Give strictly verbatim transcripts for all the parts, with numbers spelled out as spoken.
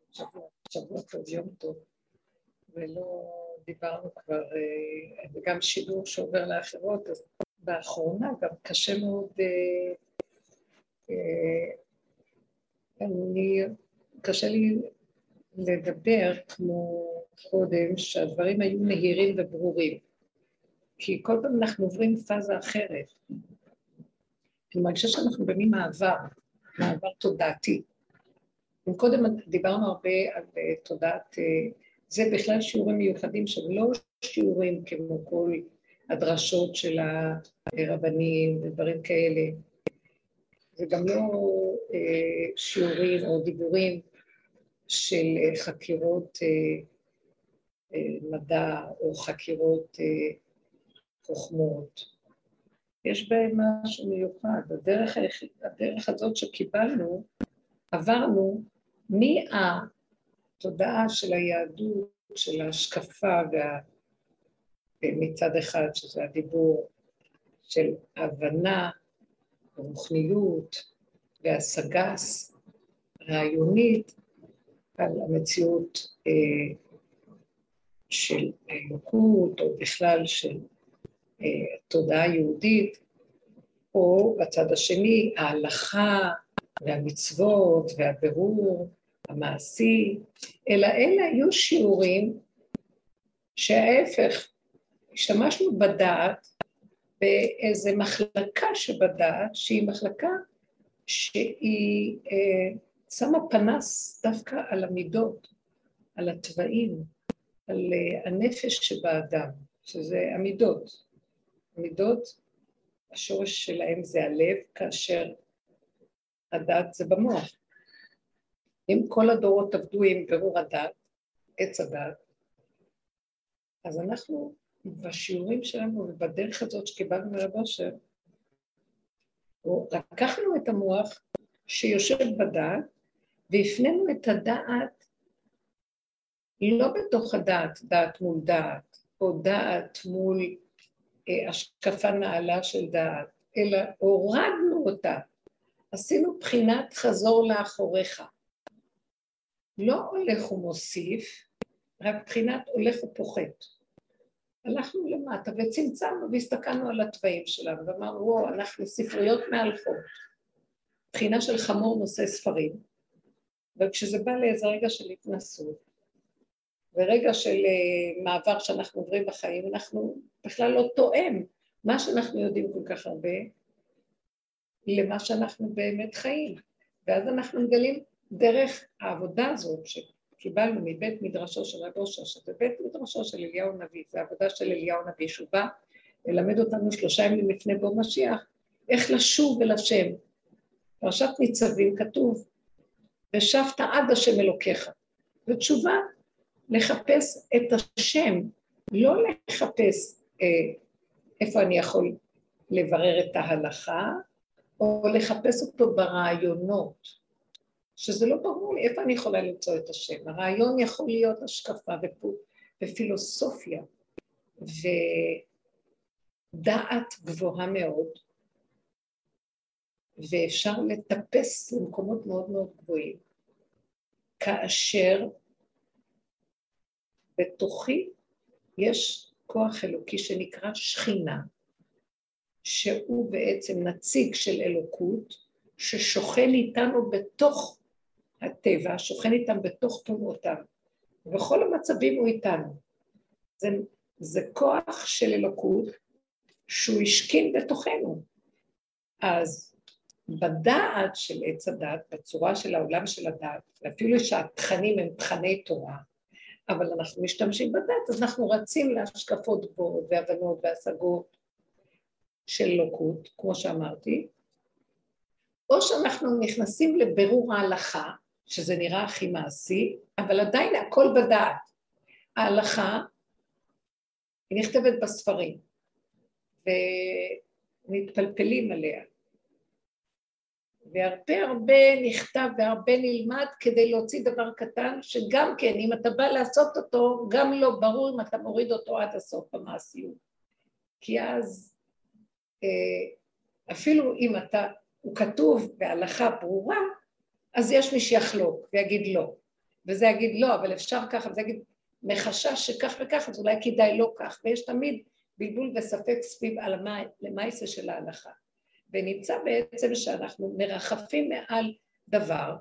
שבוע, שבוע טוב, יום טוב, ולא דיברנו כבר, וגם שידור שעובר לאחרות, אז באחרונה גם קשה מאוד, אני, קשה לי לדבר כמו קודם, שהדברים היו נהירים וברורים, כי כל פעם אנחנו עוברים פאזה אחרת. אני מרגישה שאנחנו במין מעבר, מעבר תודעתי. קודם דיברנו הרבה על תודעת, זה בכלל שיעורים מיוחדים שלא שיעורים כמו כל הדרשות של הרבנים ודברים כאלה. זה גם לא שיעורים או דיבורים של חקירות מדע או חקירות חוכמות. יש בהם משהו מיוחד. הדרך, הדרך הזאת שקיבלנו, עברנו מהתודעה של היהדות, של ההשקפה, וה... מצד אחד שזה הדיבור של הבנה, רוחניות והשגס רעיונית על המציאות אה, של האלוקות, או בכלל של אה, תודעה יהודית, או בצד השני ההלכה והמצוות והבירור המעשי, אלא אלה היו שיעורים שההפך, השתמשנו בדעת באיזו מחלקה שבדעת, שהיא מחלקה שהיא אה, שמה פנס דווקא על המידות, על הטבעים, על אה, הנפש שבאדם, שזה המידות. המידות, השורש שלהם זה הלב, כאשר הדעת זה במוח. אם כל הדורות עבדו עם ברור הדעת, עץ הדעת, אז אנחנו בשיעורים שלנו ובדרך הזאת שקיבלנו מרב אושר, לקחנו את המוח שיושב בדעת, והפנינו את הדעת לא בתוך הדעת, דעת מול דעת, או דעת מול אה, השקפה נעלה של דעת, אלא הורדנו אותה, עשינו בחינת חזור לאחוריך. לא הולך ומוסיף, רק בחינת הולך ופוחת. הלכנו למטה וצמצמנו והסתכלנו על הטבעים שלנו, ואמרנו, וואו, אנחנו ספריות מאלפות. בחינה של חמור נושא ספרים, וכשזה בא לאיזה רגע של התנסות, ורגע של uh, מעבר שאנחנו עוברים בחיים, אנחנו בכלל לא תואם מה שאנחנו יודעים כל כך הרבה, למה שאנחנו באמת חיים. ואז אנחנו מגלים דרך העבודה הזאת שקיבלנו מבית מדרשו של רב אושר, שזה בית מדרשו של אליהו הנביא, זה העבודה של אליהו הנביא, שהוא בא ללמד אותנו שלושה ימים לפני בוא משיח, איך לשוב אל השם. פרשת ניצבים כתוב, ושבת עד השם אלוקיך. ותשובה, לחפש את השם, לא לחפש אה, איפה אני יכול לברר את ההלכה, או לחפש אותו ברעיונות, שזה לא ברור לי איפה אני יכולה למצוא את השם. הרעיון יכול להיות השקפה ופילוסופיה, ודעת גבוהה מאוד, ואפשר לטפס למקומות מאוד מאוד גבוהים, כאשר בתוכי יש כוח אלוקי שנקרא שכינה, שהוא בעצם נציג של אלוקות, ששוכן איתנו בתוך הטבע, שוכן איתם בתוך תנועותיו, ובכל המצבים הוא איתנו. זה, זה כוח של אלוקות שהוא השכין בתוכנו. אז בדעת של עץ הדעת, בצורה של העולם של הדעת, ואפילו שהתכנים הם תכני תורה, אבל אנחנו משתמשים בדעת, אז אנחנו רצים להשקפות גבוהות והבנות והשגות של אלוקות, כמו שאמרתי, או שאנחנו נכנסים לבירור ההלכה, שזה נראה הכי מעשי, אבל עדיין הכל בדעת. ההלכה היא נכתבת בספרים, ומתפלפלים עליה. והרבה הרבה נכתב והרבה נלמד כדי להוציא דבר קטן, שגם כן, אם אתה בא לעשות אותו, גם לא ברור אם אתה מוריד אותו עד הסוף במעשיות. כי אז, אפילו אם אתה, הוא כתוב בהלכה ברורה, אז יש מי שיחלוק ויגיד לא. וזה יגיד לא, אבל אפשר ככה, וזה יגיד מחשש שכך וכך, אז אולי כדאי לא כך, ויש תמיד בלבול וספק סביב על המייסה של ההלכה. ונמצא בעצם שאנחנו מרחפים מעל דבר,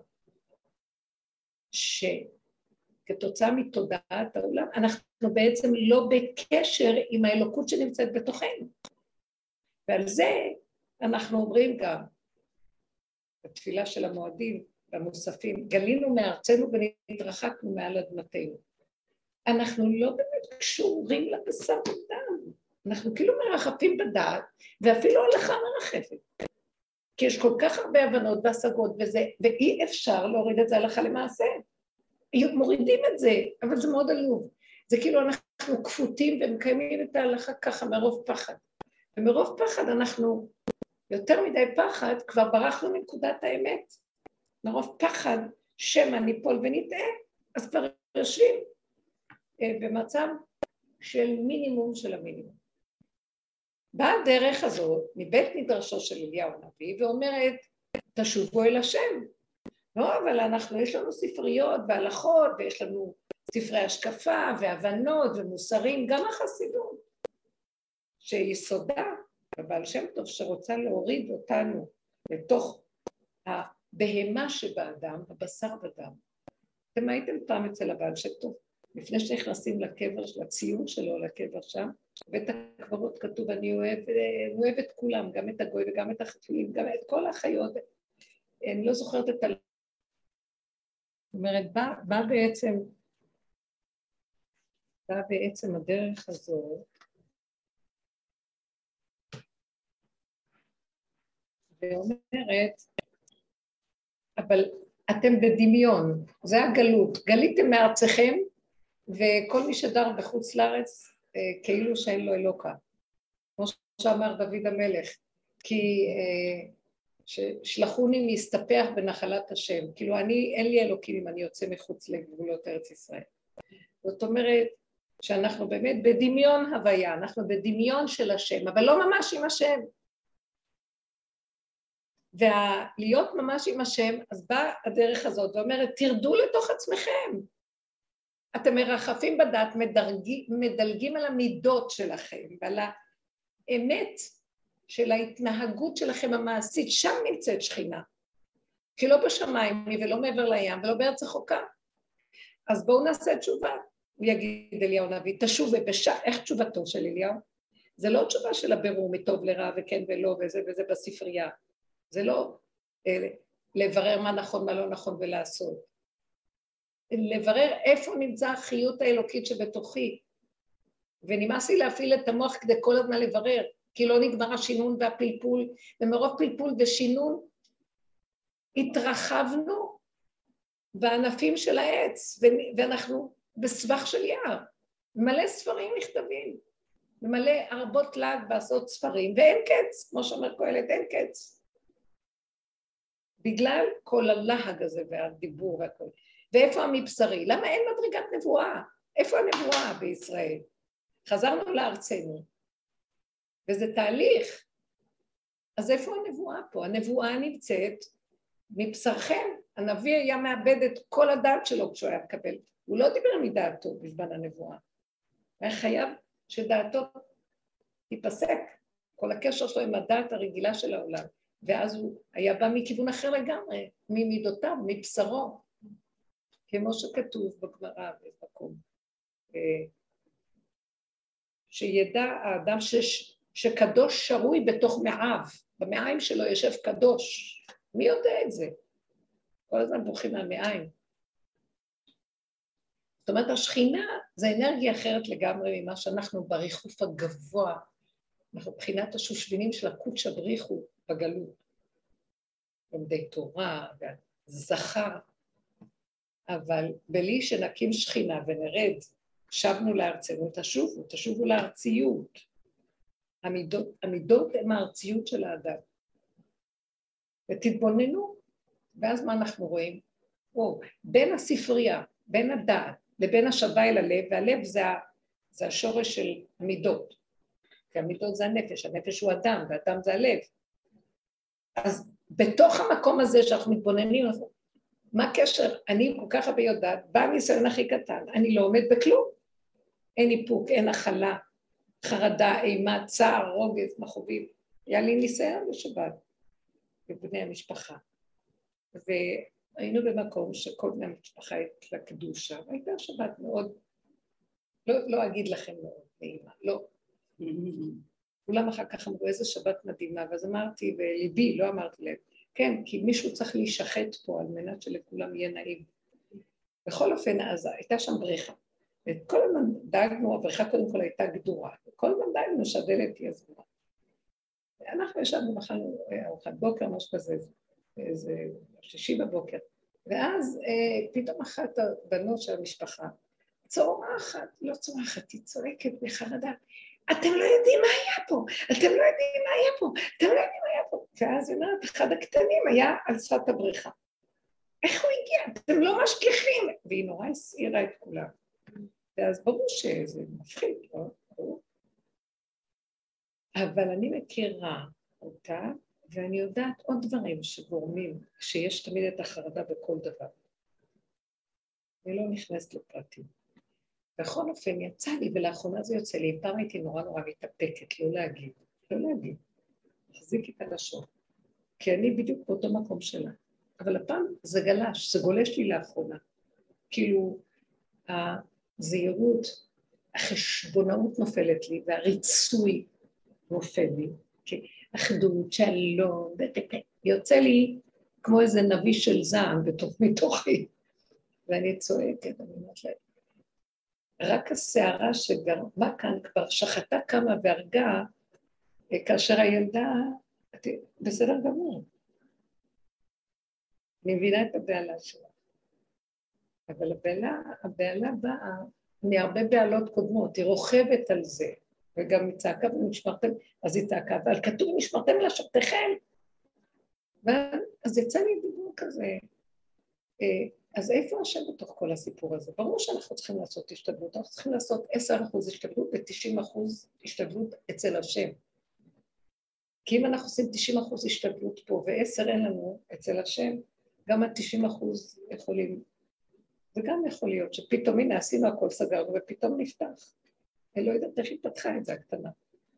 שכתוצאה מתודעת העולם, אנחנו בעצם לא בקשר עם האלוקות שנמצאת בתוכנו. ועל זה אנחנו אומרים גם, בתפילה של המועדים והמוספים, גלינו מארצנו ונתרחקנו מעל אדמתנו. אנחנו לא באמת קשורים לבשר ודם, אנחנו כאילו מרחפים בדעת, ואפילו הלכה מרחפת. כי יש כל כך הרבה הבנות והשגות וזה, ואי אפשר להוריד את זה הלכה למעשה. מורידים את זה, אבל זה מאוד עלוב. זה כאילו אנחנו כפותים ומקיימים את ההלכה ככה מרוב פחד. ומרוב פחד אנחנו, יותר מדי פחד, כבר ברחנו מנקודת האמת. מרוב פחד שמא ניפול ונטעה, אז כבר יושבים במצב של מינימום של המינימום. באה הדרך הזאת מבית מדרשו של אליהו הנביא ואומרת, תשובו אל השם. לא, אבל אנחנו, יש לנו ספריות והלכות, ויש לנו ספרי השקפה והבנות ומוסרים, גם החסידות, שיסודה, הבעל שם טוב שרוצה להוריד אותנו לתוך הבהמה שבאדם, הבשר בדם. אתם הייתם פעם אצל הבעל שם טוב, לפני שנכנסים לקבר, לציון שלו, לקבר שם, בית הקברות כתוב, אני אוהב, אני אוהב את כולם, גם את הגוי וגם את החתולים, גם את כל החיות, אני לא זוכרת את ה... זאת אומרת, בא, בא בעצם, בא בעצם הדרך הזו, ואומרת, אבל אתם בדמיון, זה הגלות, גליתם מארצכם, וכל מי שדר בחוץ לארץ, כאילו שאין לו אלוקה, כמו שאמר דוד המלך, כי שלחוני להסתפח בנחלת השם, כאילו אני, אין לי אלוקים אם אני יוצא מחוץ לגבולות ארץ ישראל. זאת אומרת שאנחנו באמת בדמיון הוויה, אנחנו בדמיון של השם, אבל לא ממש עם השם. ולהיות ממש עם השם, אז באה הדרך הזאת ואומרת, תרדו לתוך עצמכם. אתם מרחפים בדת, מדרגים, מדלגים על המידות שלכם, ועל האמת של ההתנהגות שלכם המעשית, שם נמצאת שכינה. כי לא בשמיים ולא מעבר לים ולא בארץ רחוקה. אז בואו נעשה תשובה. הוא יגיד אליהו הנביא, תשוב ובשע, איך תשובתו של אליהו? זה לא תשובה של הבירור מטוב לרע וכן ולא וזה וזה בספרייה. זה לא אה, לברר מה נכון מה לא נכון ולעשות. לברר איפה נמצא החיות האלוקית שבתוכי. ונמאס לי להפעיל את המוח כדי כל הזמן לברר. כי לא נגמר השינון והפלפול, ומרוב פלפול ושינון התרחבנו בענפים של העץ, ואנחנו בסבך של יער, מלא ספרים נכתבים, ומלא הרבות לעג בעשות ספרים, ואין קץ, כמו שאומר קהלת, אין קץ. בגלל כל הלהג הזה והדיבור והכל. ואיפה המבשרי? למה אין מדרגת נבואה? איפה הנבואה בישראל? חזרנו לארצנו. וזה תהליך. אז איפה הנבואה פה? הנבואה נמצאת מבשרכם. הנביא היה מאבד את כל הדעת שלו כשהוא היה מקבל. הוא לא דיבר מדעתו בזמן הנבואה. היה חייב שדעתו תיפסק. כל הקשר שלו עם הדעת הרגילה של העולם. ואז הוא היה בא מכיוון אחר לגמרי, ממידותיו, מבשרו. כמו שכתוב בגמרא ובמקום. שידע האדם שש... שקדוש שרוי בתוך מעיו, במעיים שלו יושב קדוש. מי יודע את זה? כל הזמן בורחים מהמעיים. זאת אומרת, השכינה זה אנרגיה אחרת לגמרי ממה שאנחנו בריחוף הגבוה, אנחנו מבחינת השושבינים של הקודש הבריחו בגלות. לומדי תורה והזכר, אבל בלי שנקים שכינה ונרד, שבנו לארצנו, תשובו, תשובו לארציות. המידות, המידות הן הארציות של האדם. ותתבוננו, ואז מה אנחנו רואים? או, בין הספרייה, בין הדעת, לבין השווה אל הלב, והלב זה, זה השורש של המידות. כי המידות זה הנפש, הנפש הוא אדם, והאדם זה הלב. אז בתוך המקום הזה שאנחנו מתבוננים, מה הקשר? אני כל כך הרבה יודעת, בא הניסיון הכי קטן, אני לא עומד בכלום. אין איפוק, אין הכלה, חרדה, אימה, צער, רוגז, מחובים. היה לי ניסיון בשבת, בבני המשפחה. והיינו במקום שכל בני המשפחה התלכדו שם. הייתה שבת מאוד, לא, לא אגיד לכם מאוד נעימה, לא. כולם אחר כך אמרו איזה שבת מדהימה, ואז אמרתי בליבי, לא אמרתי להם, כן, כי מישהו צריך להישחט פה על מנת שלכולם יהיה נעים. בכל אופן, אז הייתה שם בריכה. וכל הזמן דאגנו, הבריכה קודם כל הייתה גדורה, וכל הזמן דאגנו שהדלת תהיה סגורה. ואנחנו ישבנו, אכלנו ארוחת בוקר, משהו כזה, איזה שישי בבוקר, ואז אה, פתאום אחת הבנות של המשפחה, צורחת, לא צורחת, היא צועקת בחרדה, אתם לא יודעים מה היה פה, אתם לא יודעים מה היה פה, אתם לא יודעים מה היה פה. ואז היא אומרת, אחד הקטנים היה על שפת הבריכה. איך הוא הגיע? אתם לא משגיחים. והיא נורא הסעירה את כולם. ואז ברור שזה מפחיד, לא? ברור. אבל אני מכירה אותה, ואני יודעת עוד דברים שגורמים, שיש תמיד את החרדה בכל דבר. אני לא נכנסת לפרטים. בכל אופן יצא לי, ולאחרונה זה יוצא לי, פעם הייתי נורא נורא מתאפקת, לא להגיד, לא להגיד, להחזיק את הלשון, כי אני בדיוק באותו מקום שלה. אבל הפעם זה גלש, זה גולש לי לאחרונה. כאילו, הזהירות, החשבונאות נופלת לי, והריצוי נופל לי, כי אחדות, שלום, יוצא לי כמו איזה נביא של זעם בתוך מתוכי, ואני צועקת, אני אומרת להם, רק השערה שגרמה כאן כבר שחטה כמה והרגה, כאשר הילדה, בסדר גמור. אני מבינה את הבעלה שלה. אבל הבעלה, הבעלה באה מהרבה בעלות קודמות, היא רוכבת על זה, וגם היא צעקה ונשמרתם, אז היא צעקה, אבל כתוב נשמרתם לשבתכם. אז יצא לי דיבור כזה. אז איפה השם בתוך כל הסיפור הזה? ברור שאנחנו צריכים לעשות השתדלות, אנחנו צריכים לעשות עשרה אחוז השתדלות ו-תשעים אחוז השתדלות אצל השם. כי אם אנחנו עושים תשעים אחוז השתדלות פה ו-עשר אין לנו אצל השם, גם ה-תשעים אחוז יכולים, וגם יכול להיות שפתאום הנה עשינו הכל סגרנו ופתאום נפתח. אני לא יודעת איך היא פתחה את זה הקטנה.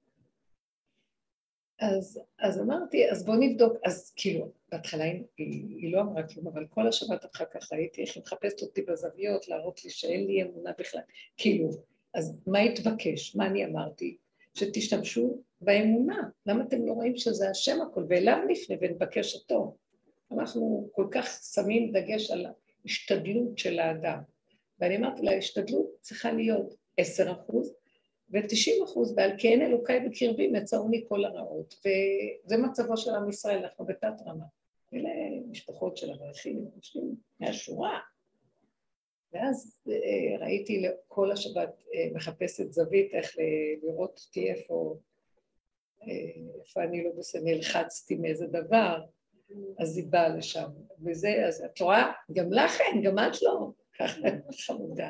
אז, אז אמרתי, אז בוא נבדוק, אז כאילו, בהתחלה היא, היא לא אמרה כלום, אבל כל השבת אחר כך ראיתי איך היא מחפשת אותי בזוויות, להראות לי שאין לי אמונה בכלל. כאילו, אז מה התבקש? מה אני אמרתי? שתשתמשו באמונה. למה אתם לא רואים שזה השם הכל? ואליו נפנה ונבקש אותו. אנחנו כל כך שמים דגש על ההשתדלות של האדם. ואני אמרתי לה, ההשתדלות צריכה להיות עשרה אחוז, ו-תשעים אחוז, ועל כן אלוקיי בקרבי מצאוני כל הרעות, וזה מצבו של עם ישראל, אנחנו בתת רמה. אלה משפחות של אברכים, אנשים מהשורה. ואז ראיתי כל השבת מחפשת זווית, איך לראות אותי איפה, איפה אני לא בסדר, נלחצתי מאיזה דבר, אז היא באה לשם. וזה, אז את רואה, גם לכן, גם את לא, ככה חמודה.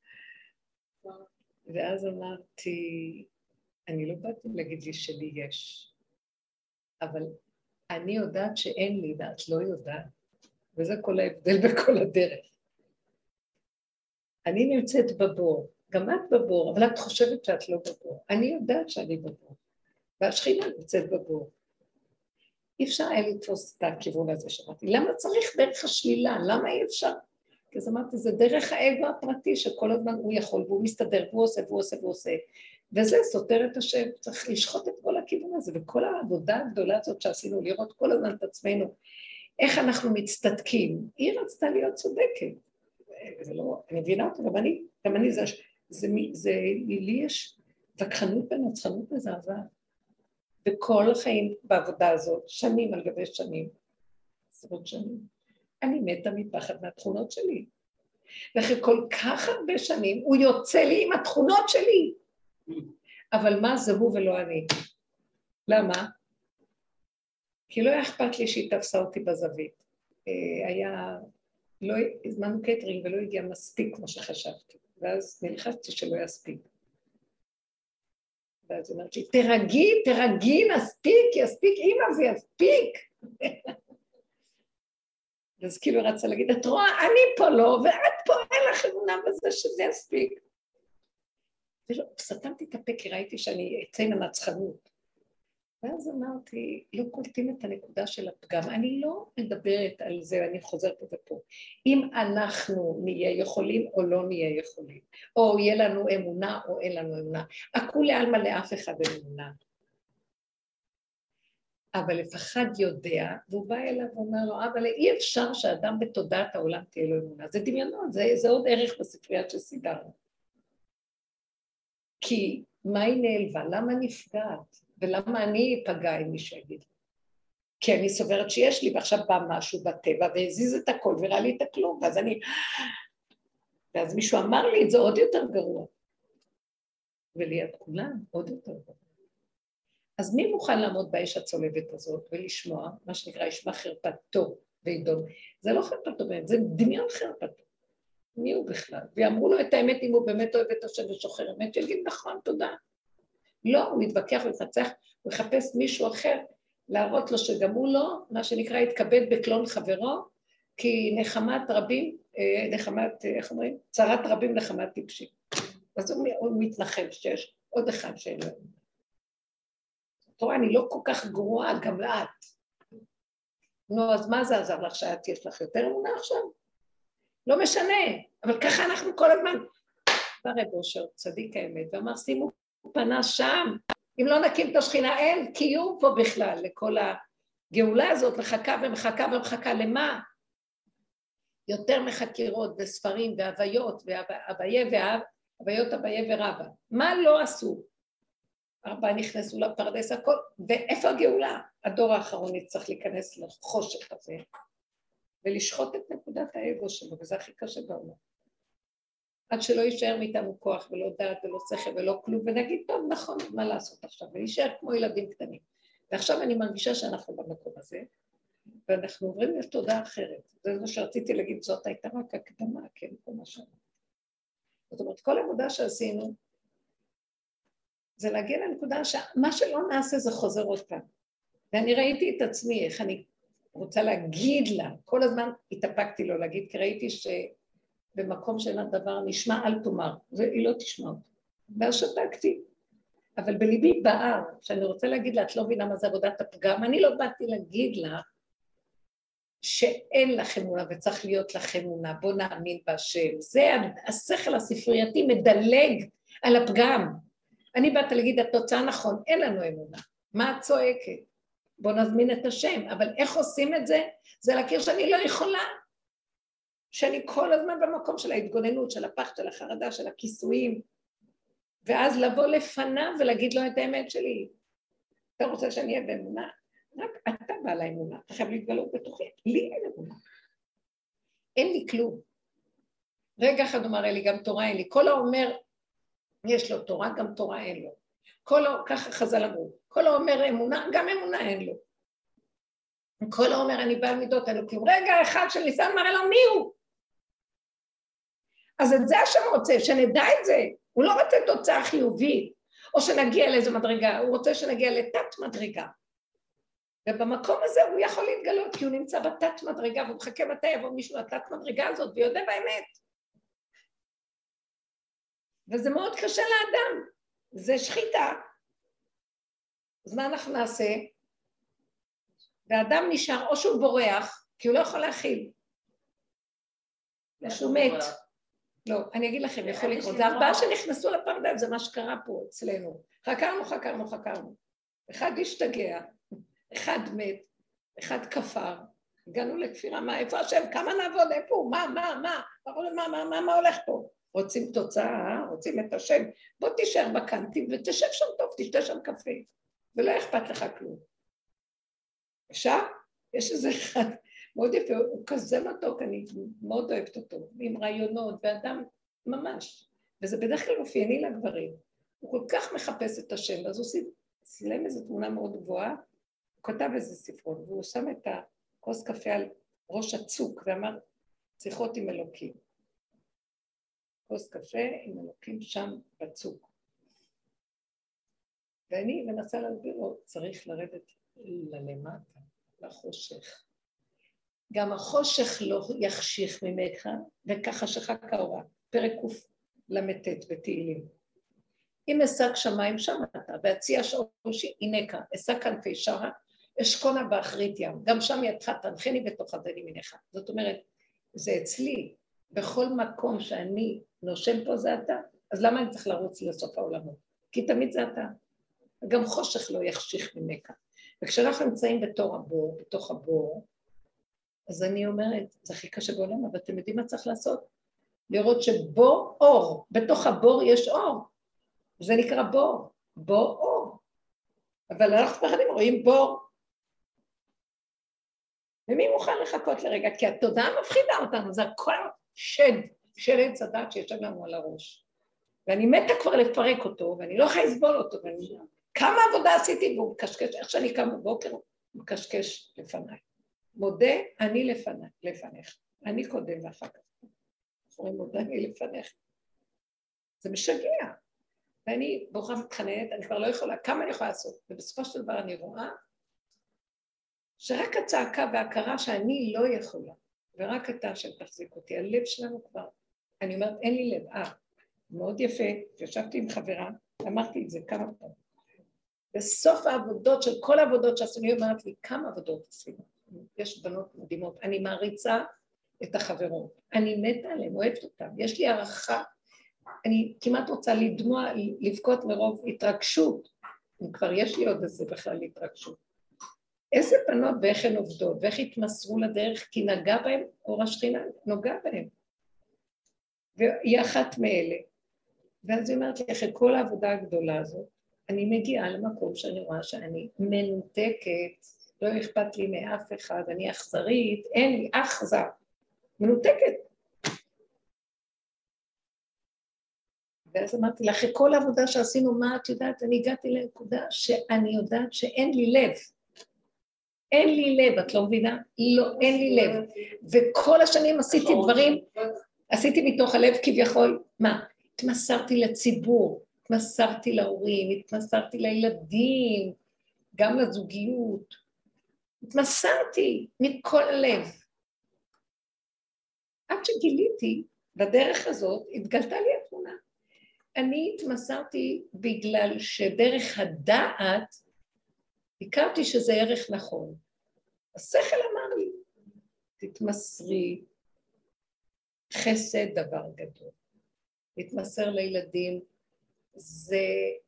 ואז אמרתי, אני לא באתי להגיד לי שלי יש, אבל אני יודעת שאין לי, ואת לא יודעת, וזה כל ההבדל בכל הדרך. אני נמצאת בבור, גם את בבור, אבל את חושבת שאת לא בבור. אני יודעת שאני בבור, והשכינה נמצאת בבור. אי אפשר היה לתפוס את הכיוון הזה שאמרתי, למה צריך דרך השלילה? למה אי אפשר? כי אז אמרתי, זה דרך האגו הפרטי שכל הזמן הוא יכול, והוא מסתדר, והוא עושה, והוא עושה, והוא עושה. וזה סותר את השם, צריך לשחוט את כל הכיוון הזה, וכל העבודה הגדולה הזאת שעשינו, לראות כל הזמן את עצמנו, איך אנחנו מצטדקים. היא רצתה להיות צודקת. זה לא, אני מבינה אותה, גם אני, גם אני, זה, זה, זה, לי יש וכחנות ונצחנות מזעזעת. וכל החיים בעבודה הזאת, שנים על גבי שנים, עשרות שנים, אני מתה מפחד מהתכונות שלי. ואחרי כל כך הרבה שנים, הוא יוצא לי עם התכונות שלי. אבל מה זה הוא ולא אני? למה? כי לא היה אכפת לי שהיא תפסה אותי בזווית. היה, לא, הזמנו קטרינג ולא הגיע מספיק כמו שחשבתי. ואז נלחצתי שלא יספיק. ואז היא אומרת לי, תרגי, תרגי, נספיק, יספיק, אמא זה יספיק. אז כאילו רצה להגיד, את רואה, אני פה לא, ואת פה אין לך אמונה בזה שזה יספיק. ולא, סתמתי את הפה כי ראיתי שאני אצא מנצחנות. ואז אמרתי, לא קולטים את הנקודה של הפגם. אני לא מדברת על זה, אני חוזרת את זה פה. אם אנחנו נהיה יכולים או לא נהיה יכולים, או יהיה לנו אמונה או אין לנו אמונה, הכולי עלמא לאף אחד אין אמונה. אבל לפחד יודע, והוא בא אליו ואומר לו, אבל אי אפשר שאדם בתודעת העולם תהיה לו אמונה. זה דמיונות, זה, זה עוד ערך בספרייה שסידרנו. כי מה היא נעלבה? למה נפגעת? ולמה אני אפגע עם מישהו יגיד? כי אני סוברת שיש לי, ועכשיו בא משהו בטבע, והזיז את הכל, וראה לי את הכלום, ואז אני... ואז מישהו אמר לי את זה עוד יותר גרוע. וליד כולם עוד יותר גרוע. אז מי מוכן לעמוד באש הצולבת הזאת, ולשמוע, מה שנקרא, ישמע חרפתו וידום? זה לא חרפתו באמת, זה דמיון חרפתו. מי הוא בכלל? ואמרו לו את האמת, אם הוא באמת אוהב את השם ושוחר אמת, שיגיד נכון, תודה. לא, הוא מתווכח ופצח, הוא יחפש מישהו אחר, להראות לו שגם הוא לא, מה שנקרא, יתכבד בקלון חברו, כי נחמת רבים, נחמת, איך אומרים? צרת רבים נחמת טיפשים. אז הוא, הוא מתנחם שיש עוד אחד שאין לו. תראה, אני לא כל כך גרועה, גם לאט. נו, אז מה זה עזר לך שאת יש לך יותר אמונה עכשיו? לא משנה, אבל ככה אנחנו כל הזמן. בא רב אושר, צדיק האמת, ואמר, שימו פנה שם, אם לא נקים את השכינה, אין קיום פה בכלל, לכל הגאולה הזאת, מחכה ומחכה ומחכה, למה? יותר מחקירות וספרים והוויות, והוויה והוויות הוויה ורבא. מה לא עשו? ארבעה נכנסו לפרדס הכל, ואיפה הגאולה? הדור האחרון יצטרך להיכנס לחושך הזה, ולשחוט את נקודת האגו שלו, וזה הכי קשה בעולם. עד שלא יישאר מאיתנו כוח ולא דעת ולא שכל ולא כלום, ונגיד, טוב, נכון, מה לעשות עכשיו? ונשאר כמו ילדים קטנים. ועכשיו אני מרגישה שאנחנו במקום הזה, ואנחנו עוברים לתודעה אחרת. זה מה שרציתי להגיד, זאת הייתה רק הקדמה, כן, כל מה שאמרתי. זאת אומרת, כל עבודה שעשינו, זה להגיע לנקודה שמה שלא נעשה זה חוזר עוד פעם. ואני ראיתי את עצמי, איך אני רוצה להגיד לה, כל הזמן התאפקתי לו להגיד, כי ראיתי שבמקום של הדבר נשמע אל תאמר, והיא לא תשמע אותו. ואז שתקתי. אבל בליבי בער, שאני רוצה להגיד לה, את לא מבינה מה זה עבודת הפגם, אני לא באתי להגיד לה, שאין לך אמונה וצריך להיות לך אמונה, בוא נאמין בהשם. זה השכל הספרייתי מדלג על הפגם. אני באת להגיד, התוצאה נכון, אין לנו אמונה. מה את צועקת? בוא נזמין את השם, אבל איך עושים את זה? זה להכיר שאני לא יכולה. שאני כל הזמן במקום של ההתגוננות, של הפחד, של החרדה, של הכיסויים, ואז לבוא לפניו ולהגיד לו את האמת שלי. אתה רוצה שאני אהיה באמונה? רק אתה בעל האמונה, אתה חייב להתגלות בתוכי. לי אין אמונה. אין לי כלום. רגע אחד הוא מראה לי, גם תורה אין לי. כל האומר, יש לו תורה, גם תורה אין לו. כל האומר, ככה חז"ל אמרו, כל האומר אמונה, גם אמונה אין לו. כל האומר אני בעל מידות, אין לו כלום. רגע אחד של ניסיון מראה לו מי הוא. אז את זה השם רוצה, שנדע את זה. הוא לא רוצה תוצאה חיובית, או שנגיע לאיזו מדרגה, הוא רוצה שנגיע לתת מדרגה. ובמקום הזה הוא יכול להתגלות, כי הוא נמצא בתת מדרגה, והוא מחכה מתי יבוא מישהו לתת מדרגה הזאת, ויודע באמת. וזה מאוד קשה לאדם, זה שחיטה. אז מה אנחנו נעשה? והאדם נשאר, או שהוא בורח, כי הוא לא יכול להכיל. שהוא מת. לא, אני אגיד לכם, יכול לקרות. זה ארבעה שנכנסו לפרדס, זה מה שקרה פה אצלנו. חקרנו, חקרנו, חקרנו. אחד השתגע, אחד מת, אחד כפר. הגענו לכפירה, מה, איפה השם? כמה נעבוד? איפה הוא? מה, מה, מה? מה, מה, מה, מה הולך פה? רוצים תוצאה, רוצים את השם. בוא תישאר בקנטים ותשב שם טוב, תשתה שם קפה. ולא אכפת לך כלום. אפשר? יש איזה אחד מאוד יפה, הוא כזה מתוק, אני מאוד אוהבת אותו, עם רעיונות, ואדם ממש, וזה בדרך כלל אופייני לגברים, הוא כל כך מחפש את השם, אז הוא צילם איזו תמונה מאוד גבוהה, הוא כתב איזה ספרון, והוא שם את הכוס קפה על ראש הצוק, ואמר, שיחות עם אלוקים. כוס קפה עם אלוקים שם בצוק. ואני מנסה להסביר לו, צריך לרדת ללמטה, לחושך. גם החושך לא יחשיך ממך, וככה שחק האורה, פרק קוף למתת בתהילים. אם אשק שמיים שמעת, והציע שעושי, הנה כאן, אשק כנפי שרה, אשכונה באחרית ים, גם שם ידך תנחני בתוך הדני מנך. זאת אומרת, זה אצלי, בכל מקום שאני נושם פה זה אתה, אז למה אני צריך לרוץ לסוף העולמות? כי תמיד זה אתה. גם חושך לא יחשיך ממך. וכשאנחנו נמצאים בתור הבור, בתוך הבור, אז אני אומרת, זה הכי קשה בעולם, אבל אתם יודעים מה צריך לעשות? לראות שבור אור, בתוך הבור יש אור. זה נקרא בור, בור אור. אבל אנחנו פחדים רואים בור. ומי מוכן לחכות לרגע? כי התודעה מפחידה אותנו, זה הכל שד, שד עץ הדת שישב לנו על הראש. ואני מתה כבר לפרק אותו, ואני לא יכולה לסבול אותו, ואני... כמה עבודה עשיתי והוא מקשקש, איך שאני קם בבוקר, הוא מקשקש לפניי. מודה, אני לפני, לפניך. אני קודם ואחר כך. אני מודה, אני לפניך. זה משגע. ואני בוכה מתחננת, אני כבר לא יכולה, כמה אני יכולה לעשות? ובסופו של דבר אני רואה שרק הצעקה וההכרה שאני לא יכולה, ורק אתה שתחזיק אותי, הלב שלנו כבר, אני אומרת, אין לי לב, אה, מאוד יפה, ישבתי עם חברה, אמרתי את זה כמה פעמים. בסוף העבודות של כל העבודות שעשינו, היא אומרת לי, כמה עבודות עשינו? יש בנות מדהימות, אני מעריצה את החברות, אני מתה עליהן, אוהבת אותן, יש לי הערכה, אני כמעט רוצה לדמוע, לבכות מרוב התרגשות, אם כבר יש לי עוד איזה בכלל התרגשות. איזה בנות ואיך הן עובדות, ואיך התמסרו לדרך, כי נגע בהם, אור השכינה נוגע בהם. והיא אחת מאלה. ואז היא אומרת לי, אחרי כל העבודה הגדולה הזאת, אני מגיעה למקום שאני רואה שאני מנותקת, לא אכפת לי מאף אחד, אני אכזרית, אין לי אכזר, מנותקת. ואז אמרתי לה, אחרי כל העבודה שעשינו, מה את יודעת? אני הגעתי לנקודה שאני יודעת שאין לי לב. אין לי לב, את לא מבינה? לא, אין לי לב. וכל השנים עשיתי דברים, עשיתי מתוך הלב כביכול, מה? התמסרתי לציבור, התמסרתי להורים, התמסרתי לילדים, גם לזוגיות. התמסרתי מכל הלב. עד שגיליתי, בדרך הזאת, התגלתה לי התמונה. אני התמסרתי בגלל שדרך הדעת, הכרתי שזה ערך נכון. השכל אמר לי, תתמסרי, חסד דבר גדול. להתמסר לילדים, זה,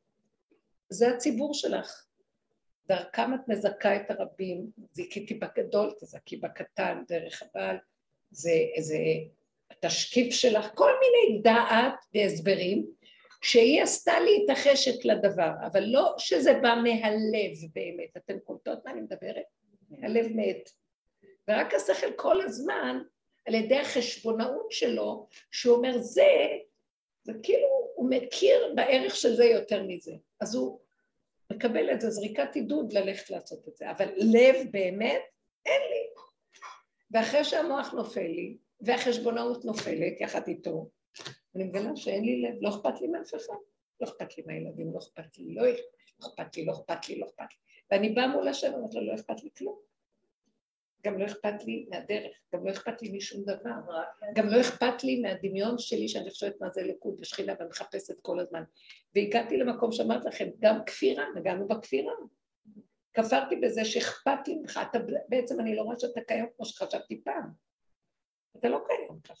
זה הציבור שלך. דרכם את מזכה את הרבים, זיקיתי בגדול, תזכי בקטן, דרך הבעל, זה איזה תשקיף שלך, כל מיני דעת והסברים, שהיא עשתה לי את החשק לדבר, אבל לא שזה בא מהלב באמת, אתם קולטות מה אני מדברת? הלב מת. ורק השכל כל הזמן, על ידי החשבונאות שלו, שהוא אומר זה, זה כאילו הוא מכיר בערך של זה יותר מזה. אז הוא מקבל את זה, זריקת עידוד ללכת לעשות את זה, אבל לב באמת אין לי. ואחרי שהמוח נופל לי, והחשבונאות נופלת יחד איתו, אני מגלה שאין לי לב, לא אכפת לי מאף אחד, לא אכפת לי מהילדים, לא אכפת לי, לא אכפת לי, לא אכפת לי, לא אכפת לי. ואני באה מול השם, אומרת לו, לא אכפת לי כלום. גם לא אכפת לי מהדרך, גם לא אכפת לי משום דבר, גם לא אכפת לי מהדמיון שלי, שאני חושבת מה זה ליכוד ושכינה ומחפשת כל הזמן. והגעתי למקום שאמרת לכם, גם כפירה, נגענו בכפירה. כפרתי בזה שאכפת לי ממך, בעצם אני לא רואה שאתה קיים כמו שחשבתי פעם. אתה לא קיים ככה.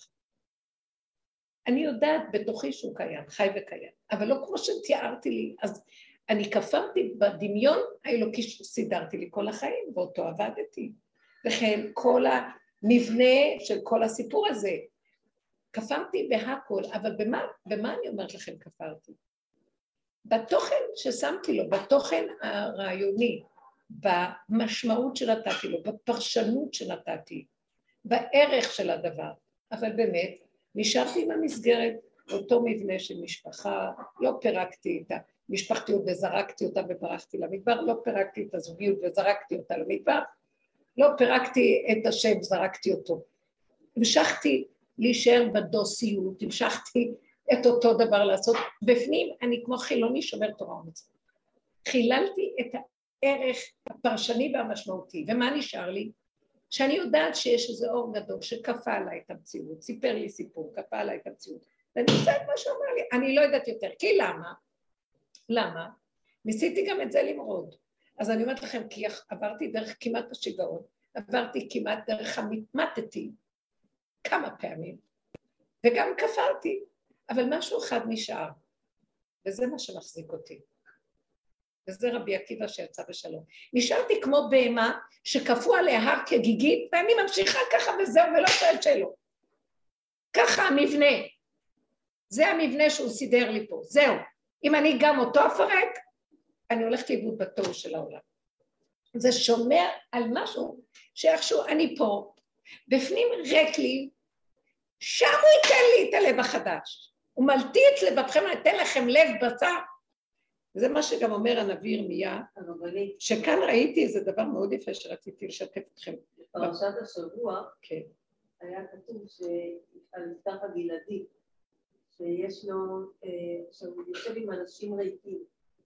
אני יודעת בתוכי שהוא קיים, חי וקיים, אבל לא כמו שתיארתי לי, אז אני כפרתי בדמיון האלוקי שסידרתי לי כל החיים, ואותו עבדתי. וכן כל המבנה של כל הסיפור הזה, כפרתי בהכל, אבל במה, במה אני אומרת לכם כפרתי? בתוכן ששמתי לו, בתוכן הרעיוני, במשמעות שנתתי לו, בפרשנות שנתתי, בערך של הדבר, אבל באמת, נשארתי עם המסגרת, אותו מבנה של משפחה, לא פירקתי את המשפחתיות וזרקתי אותה וברחתי למדבר, לא פירקתי את הזוגיות וזרקתי אותה למדבר, לא פירקתי את השם, זרקתי אותו. המשכתי להישאר בדוסיות, המשכתי את אותו דבר לעשות. בפנים אני כמו חילוני שומר תורה ומצוות. חיללתי את הערך הפרשני והמשמעותי, ומה נשאר לי? שאני יודעת שיש איזה אור גדול שכפה עליי את המציאות, סיפר לי סיפור, כפה עליי את המציאות, ואני עושה את מה שאומר לי, אני לא יודעת יותר, כי למה? למה? ניסיתי גם את זה למרוד, אז אני אומרת לכם, כי עברתי דרך כמעט השיגעון, עברתי כמעט דרך המתמתתי, כמה פעמים, וגם כפרתי, אבל משהו אחד נשאר, וזה מה שמחזיק אותי. וזה רבי עקיבא שיצא בשלום. נשארתי כמו בהמה שכפו עליה הר כגיגית, ואני ממשיכה ככה וזהו, ולא שואלת שאלות. ככה המבנה. זה המבנה שהוא סידר לי פה, זהו. אם אני גם אותו אפרק, אני הולכת לאיבוד בתוהו של העולם. זה שומע על משהו שאיכשהו אני פה, בפנים ריק לי, שם הוא ייתן לי את הלב החדש. הוא מלטיץ לבבכם, אני אתן לכם לב בשר. וזה מה שגם אומר הנביא ירמיה, שכאן ראיתי איזה דבר מאוד יפה שרציתי לשתף אתכם. בפרשת השבוע היה כתוב על יפתח הגלעדי, שיש לו, שהוא יושב עם אנשים ריקים.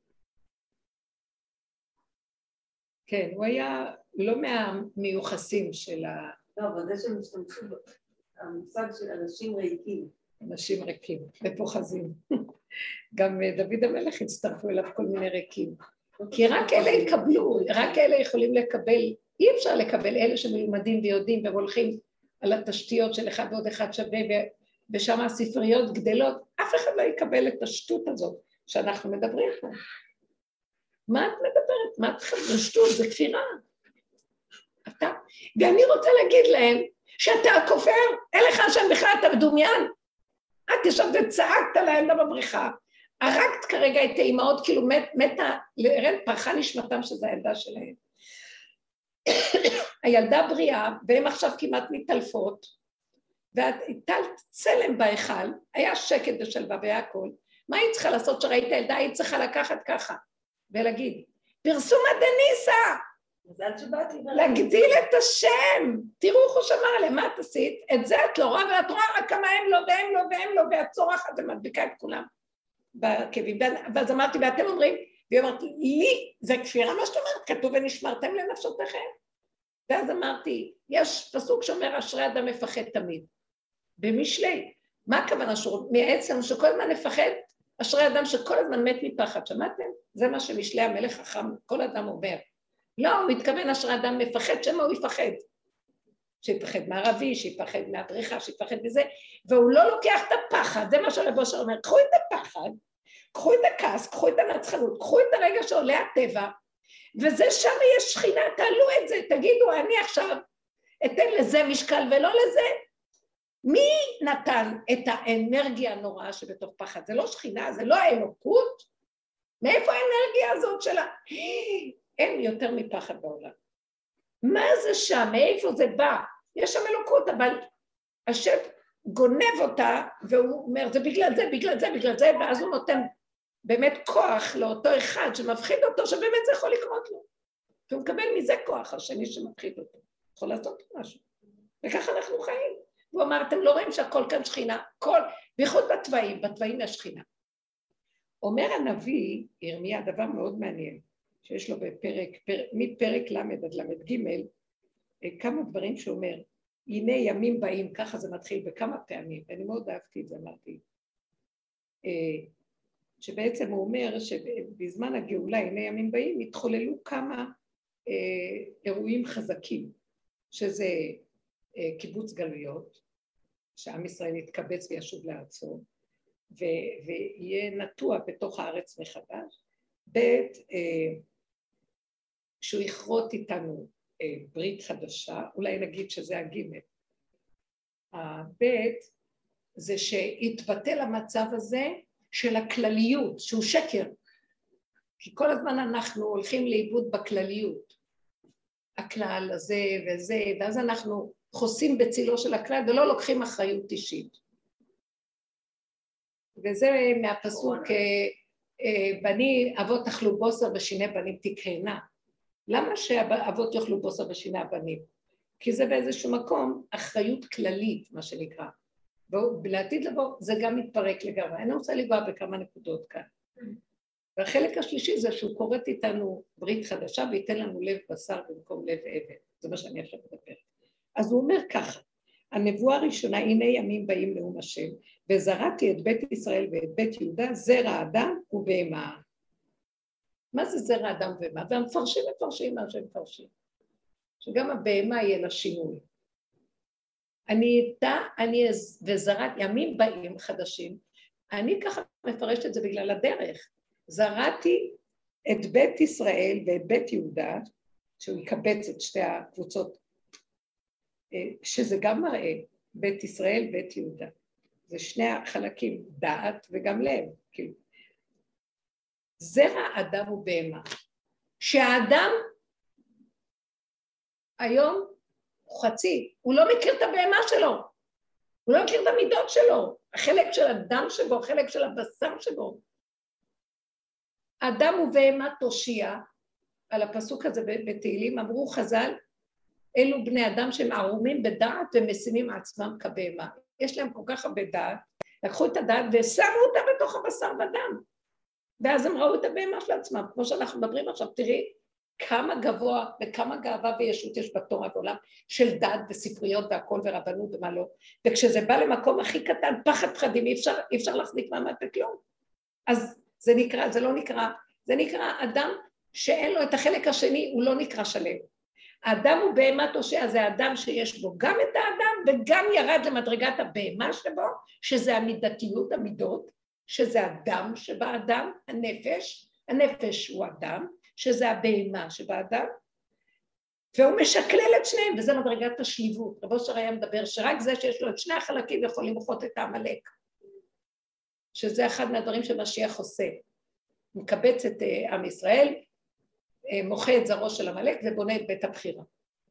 כן, הוא היה לא מהמיוחסים של ה... לא, אבל זה שמשתמשו המושג של אנשים ריקים. אנשים ריקים, ופוחזים. גם דוד המלך הצטרפו אליו כל מיני ריקים. כי רק אלה יקבלו, רק אלה יכולים לקבל, אי אפשר לקבל אלה שמיומדים ויודעים והולכים על התשתיות של אחד ועוד אחד שווה, ושם הספריות גדלות, אף אחד לא יקבל את השטות הזאת שאנחנו מדברים פה. מה את מדברת? מה את חושבת? זה שטות, זה כפירה. אתה, ואני רוצה להגיד להם, שאתה כופר, אין לך שם בכלל אתה מדומיין. את ישבת וצעקת לילדה בבריכה, הרגת כרגע את האימהות, כאילו מת, מתה, לרן פרחה נשמתם שזה הילדה שלהם. הילדה בריאה, והן עכשיו כמעט מתעלפות, ואת הטלת צלם בהיכל, היה שקט ושלווה והיה הכל, מה היא צריכה לעשות שראית הילדה? היא צריכה לקחת ככה, ולהגיד, פרסום הדניסה, להגדיל את השם, תראו איך הוא שמר עליהם, מה את עשית? את זה את לא רואה, ואת רואה רק כמה הם לא, והם לא, והם לא, ואת צורחת ומדביקה את כולם בכאבים. ואז אמרתי, ואתם אומרים, והיא אומרת, לי זה כפירה מה שאת אומרת, כתוב ונשמרתם לנפשותיכם. ואז אמרתי, יש פסוק שאומר, אשרי אדם מפחד תמיד. במשלי, מה הכוונה שהוא מייעץ לנו שכל הזמן נפחד? אשרי אדם שכל הזמן מת מפחד, שמעתם? זה מה שמשלי המלך החכם, כל אדם אומר. לא, הוא מתכוון אשרי אדם מפחד, שמה הוא יפחד? שיפחד מערבי, שיפחד מהדריכה, שיפחד בזה, והוא לא לוקח את הפחד, זה מה שרב אושר אומר, קחו את הפחד, קחו את הכעס, קחו את הנצחנות, קחו את הרגע שעולה הטבע, וזה שם יש שכינה, תעלו את זה, תגידו, אני עכשיו אתן לזה משקל ולא לזה. מי נתן את האנרגיה הנוראה שבתוך פחד? זה לא שכינה, זה לא האלוקות? מאיפה האנרגיה הזאת שלה? אין יותר מפחד בעולם. מה זה שם? מאיפה זה בא? יש שם אלוקות, אבל השם גונב אותה, והוא אומר, זה בגלל זה, בגלל זה, בגלל זה, ואז הוא נותן באמת כוח לאותו אחד שמפחיד אותו, שבאמת זה יכול לקרות לו. והוא מקבל מזה כוח, השני שמפחיד אותו. יכול לעשות משהו. וככה אנחנו חיים. הוא אמר, אתם לא רואים שהכל כאן שכינה, כל, בייחוד בתוואים, בתוואים יש שכינה. אומר הנביא, ירמיה, דבר מאוד מעניין, שיש לו בפרק, פרק, מפרק למד עד למד ג' כמה דברים שאומר, הנה ימים באים, ככה זה מתחיל בכמה פעמים, ואני מאוד אהבתי את זה, אמרתי, שבעצם הוא אומר שבזמן הגאולה, הנה ימים באים, התחוללו כמה אירועים חזקים, שזה קיבוץ גלויות, שעם ישראל יתקבץ וישוב לארצו, ויהיה נטוע בתוך הארץ מחדש, בית שהוא יכרות איתנו ברית חדשה, אולי נגיד שזה הגימל. הבית זה שהתבטל המצב הזה של הכלליות, שהוא שקר, כי כל הזמן אנחנו הולכים לאיבוד בכלליות, הכלל הזה וזה, ואז אנחנו חוסים בצילו של הכלל ולא לוקחים אחריות אישית. וזה מהפסוק, בני אבות אכלו בוסר ושיני בנים תקהנה. למה שאבות יאכלו בוסר ושיני הבנים? כי זה באיזשהו מקום אחריות כללית, מה שנקרא. ולעתיד לבוא זה גם מתפרק לגמרי. אני רוצה לגוע בכמה נקודות כאן. והחלק השלישי זה שהוא קוראת איתנו ברית חדשה וייתן לנו לב בשר במקום לב עבד. זה מה שאני עכשיו מדברת. אז הוא אומר ככה, הנבואה הראשונה, הנה ימים באים נאום השם, וזרעתי את בית ישראל ואת בית יהודה, זרע אדם ובהמה. מה זה זרע אדם ובהמה? והמפרשים מפרשים מה שהם מפרשים. שגם הבהמה יהיה לה שינוי. אני איתה, אני וזרעת, ימים באים חדשים, אני ככה מפרשת את זה בגלל הדרך. זרעתי את בית ישראל ואת בית יהודה, שהוא יקבץ את שתי הקבוצות, שזה גם מראה, בית ישראל ובית יהודה. זה שני החלקים, דעת וגם לב, כאילו. זרע אדם ובהמה. שהאדם היום הוא חצי, הוא לא מכיר את הבהמה שלו, הוא לא מכיר את המידות שלו, החלק של הדם שבו, החלק של הבשר שבו. אדם ובהמה תושיע, על הפסוק הזה בתהילים, אמרו חז"ל, אלו בני אדם שהם ערומים בדעת ומשימים עצמם כבהמה. יש להם כל כך הרבה דעת, לקחו את הדעת ושמו אותה בתוך הבשר ודם. ואז הם ראו את הבהמה של עצמם, כמו שאנחנו מדברים עכשיו, תראי כמה גבוה וכמה גאווה וישות יש בתורה בעולם, של דעת וספריות והכל ורבנות ומה לא, וכשזה בא למקום הכי קטן, פחד פחדים, אי אפשר, אי אפשר להחזיק מעמד בכלום. אז זה נקרא, זה לא נקרא, זה נקרא אדם שאין לו את החלק השני, הוא לא נקרא שלם. האדם הוא בהמה תושע, זה האדם שיש בו גם את האדם וגם ירד למדרגת הבהמה שבו, שזה המידתיות, המידות, שזה הדם שבאדם, הנפש, הנפש הוא אדם, שזה הבהמה שבאדם, והוא משקלל את שניהם, וזה מדרגת השליבות. רבו שר היה מדבר שרק זה שיש לו את שני החלקים יכול למחות את העמלק, שזה אחד מהדברים שמשיח עושה. הוא מקבץ את עם ישראל, מוחה את זרעו של עמלק ובונה את בית הבחירה.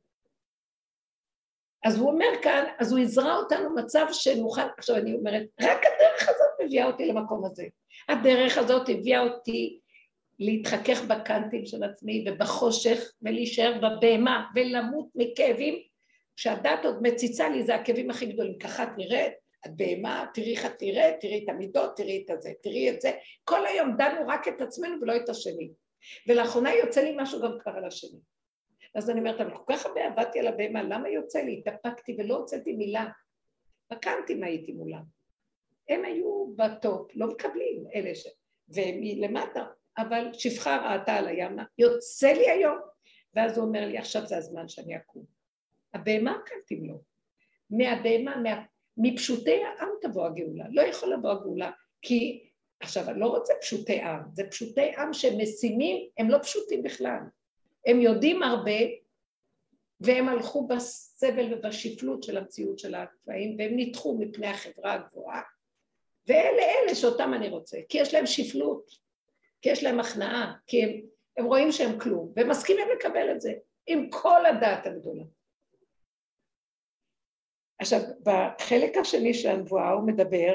אז הוא אומר כאן, אז הוא יזרע אותנו מצב שנוכל, עכשיו אני אומרת, רק הדרך הזאת הביאה אותי למקום הזה. הדרך הזאת הביאה אותי להתחכך בקנטים של עצמי ובחושך ולהישאר בבהמה ולמות מכאבים, שהדת עוד מציצה לי, זה הכאבים הכי גדולים, ככה תראה, את בהמה, תראי איך תראה, תראי את המידות, תראי את זה, תראי את זה, כל היום דנו רק את עצמנו ולא את השני. ולאחרונה יוצא לי משהו גם כבר על השני. אז אני אומרת, אבל כל כך הרבה עבדתי על הבהמה, למה יוצא לי? התאפקתי ולא הוצאתי מילה. בקנטים הייתי מולם. הם היו בטופ, לא מקבלים, אלה ש... ומלמטה, אבל שפחה ראתה על הים, יוצא לי היום. ואז הוא אומר לי, עכשיו זה הזמן שאני אקום. הבהמה קנטים לו. מהבהמה, מה... מפשוטי העם תבוא הגאולה. לא יכול לבוא הגאולה, כי... עכשיו, אני לא רוצה פשוטי עם, זה פשוטי עם שמשימים, הם לא פשוטים בכלל. הם יודעים הרבה, והם הלכו בסבל ובשפלות של המציאות של הקפאים, והם ניתחו מפני החברה הגבוהה, ואלה אלה שאותם אני רוצה, כי יש להם שפלות, כי יש להם הכנעה, כי הם, הם רואים שהם כלום, והם מסכימים לקבל את זה, עם כל הדעת הגדולה. עכשיו, בחלק השני של הנבואה הוא מדבר,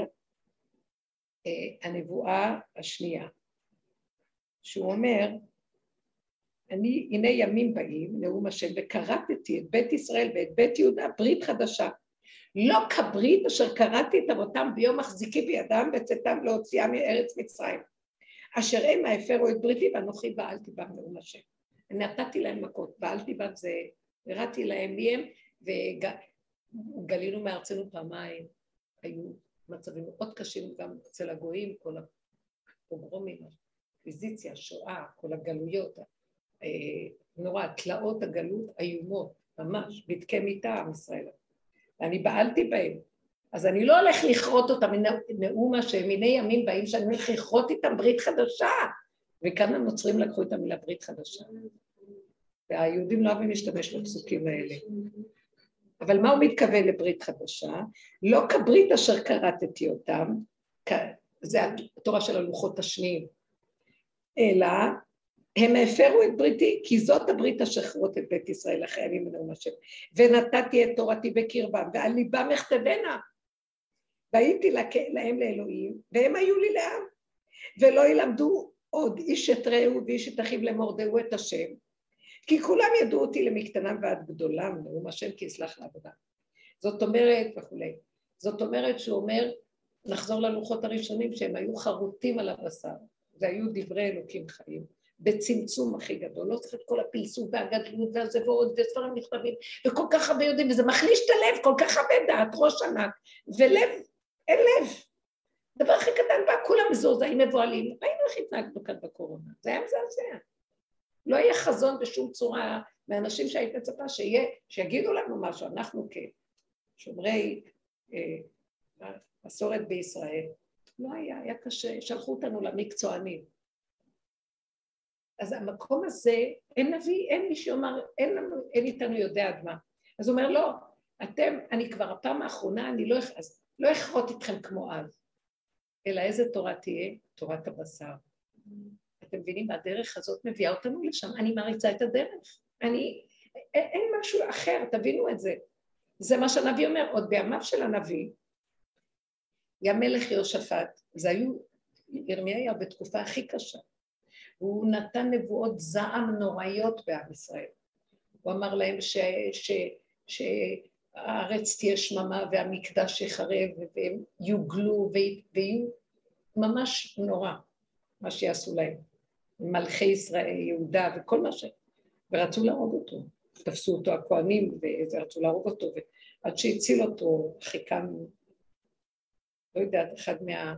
הנבואה השנייה, שהוא אומר, אני, הנה ימים באים, נאום השם, וקראתי את בית ישראל ואת בית יהודה, ברית חדשה, לא כברית אשר קראתי את אבותם ביום מחזיקי בידם בצאתם להוציאה מארץ מצרים, אשר הם הפרו את בריתי ואנוכי בעלתי בם נאום השם. נתתי להם מכות, בעלתי בם זה, הראתי להם מי הם, וגלינו מארצנו פעמיים, היו מצבים מאוד קשים גם אצל הגויים, כל הפוגרומים, הקוויזיציה, שואה, כל הגלויות, נורא, תלאות הגלות איומות, ממש, בדקי מיטה עם ישראל. ואני בעלתי בהם, אז אני לא הולך לכרות אותם, נאום השם, מיני ימים באים שאני הולך לכרות איתם ברית חדשה, וכאן הנוצרים לקחו את המילה ברית חדשה. והיהודים לא אוהבים להשתמש בפסוקים האלה. אבל מה הוא מתכוון לברית חדשה? לא כברית אשר קראתי אותם, זה התורה של הלוחות השניים, אלא הם הפרו את בריתי, כי זאת הברית אשר כרות את בית ישראל אחרי ימים נאום השם, ונתתי את תורתי בקרבם, ועל ליבם אכתבנה, והייתי להם לאלוהים, והם היו לי לעם, ולא ילמדו עוד איש את רעהו ואיש את אחיו לאמור דעו את השם, כי כולם ידעו אותי למקטנם ועד גדולם, נאום השם כי יסלח לעבודה. זאת אומרת וכולי. זאת אומרת שהוא אומר, נחזור ללוחות הראשונים שהם היו חרוטים על הבשר, והיו דברי אלוקים חיים. בצמצום הכי גדול, לא צריך את כל הפלסום והגדלות והזה ועוד וספרים נכתבים, וכל כך הרבה יודעים, וזה מחליש את הלב, כל כך הרבה דעת, ראש ענק, ולב, אין לב. דבר הכי קטן בא, כולם מזועזעים מבועלים, ראינו איך התנהגנו כאן בקורונה, זה היה מזעזע. לא יהיה חזון בשום צורה, מאנשים שהיית מצפה שיהיה, שיגידו לנו משהו, אנחנו כשומרי אה, מסורת בישראל, לא היה, היה קשה, שלחו אותנו למקצוענים. אז המקום הזה, אין נביא, אין מי שאומר, אין לנו, אין איתנו יודע עד מה. אז הוא אומר, לא, אתם, אני כבר הפעם האחרונה, אני לא, אז, לא אכרות איתכם כמו אז, אלא איזה תורה תהיה? תורת הבשר. אתם מבינים, הדרך הזאת מביאה אותנו לשם, אני מעריצה את הדרך, אני, אין, אין משהו אחר, תבינו את זה. זה מה שהנביא אומר, עוד בימיו של הנביא, היה מלך יהושפט, זה היו, ירמיה היה בתקופה הכי קשה, הוא נתן נבואות זעם נוראיות בעם ישראל, הוא אמר להם ש, ש, שהארץ תהיה שממה והמקדש יחרב והם יוגלו ויהיו ממש נורא מה שיעשו להם, מלכי ישראל, יהודה וכל מה ש... ורצו להרוג אותו, תפסו אותו הכהנים ורצו להרוג אותו, ועד שהציל אותו חיכם, לא יודעת, אחד מה...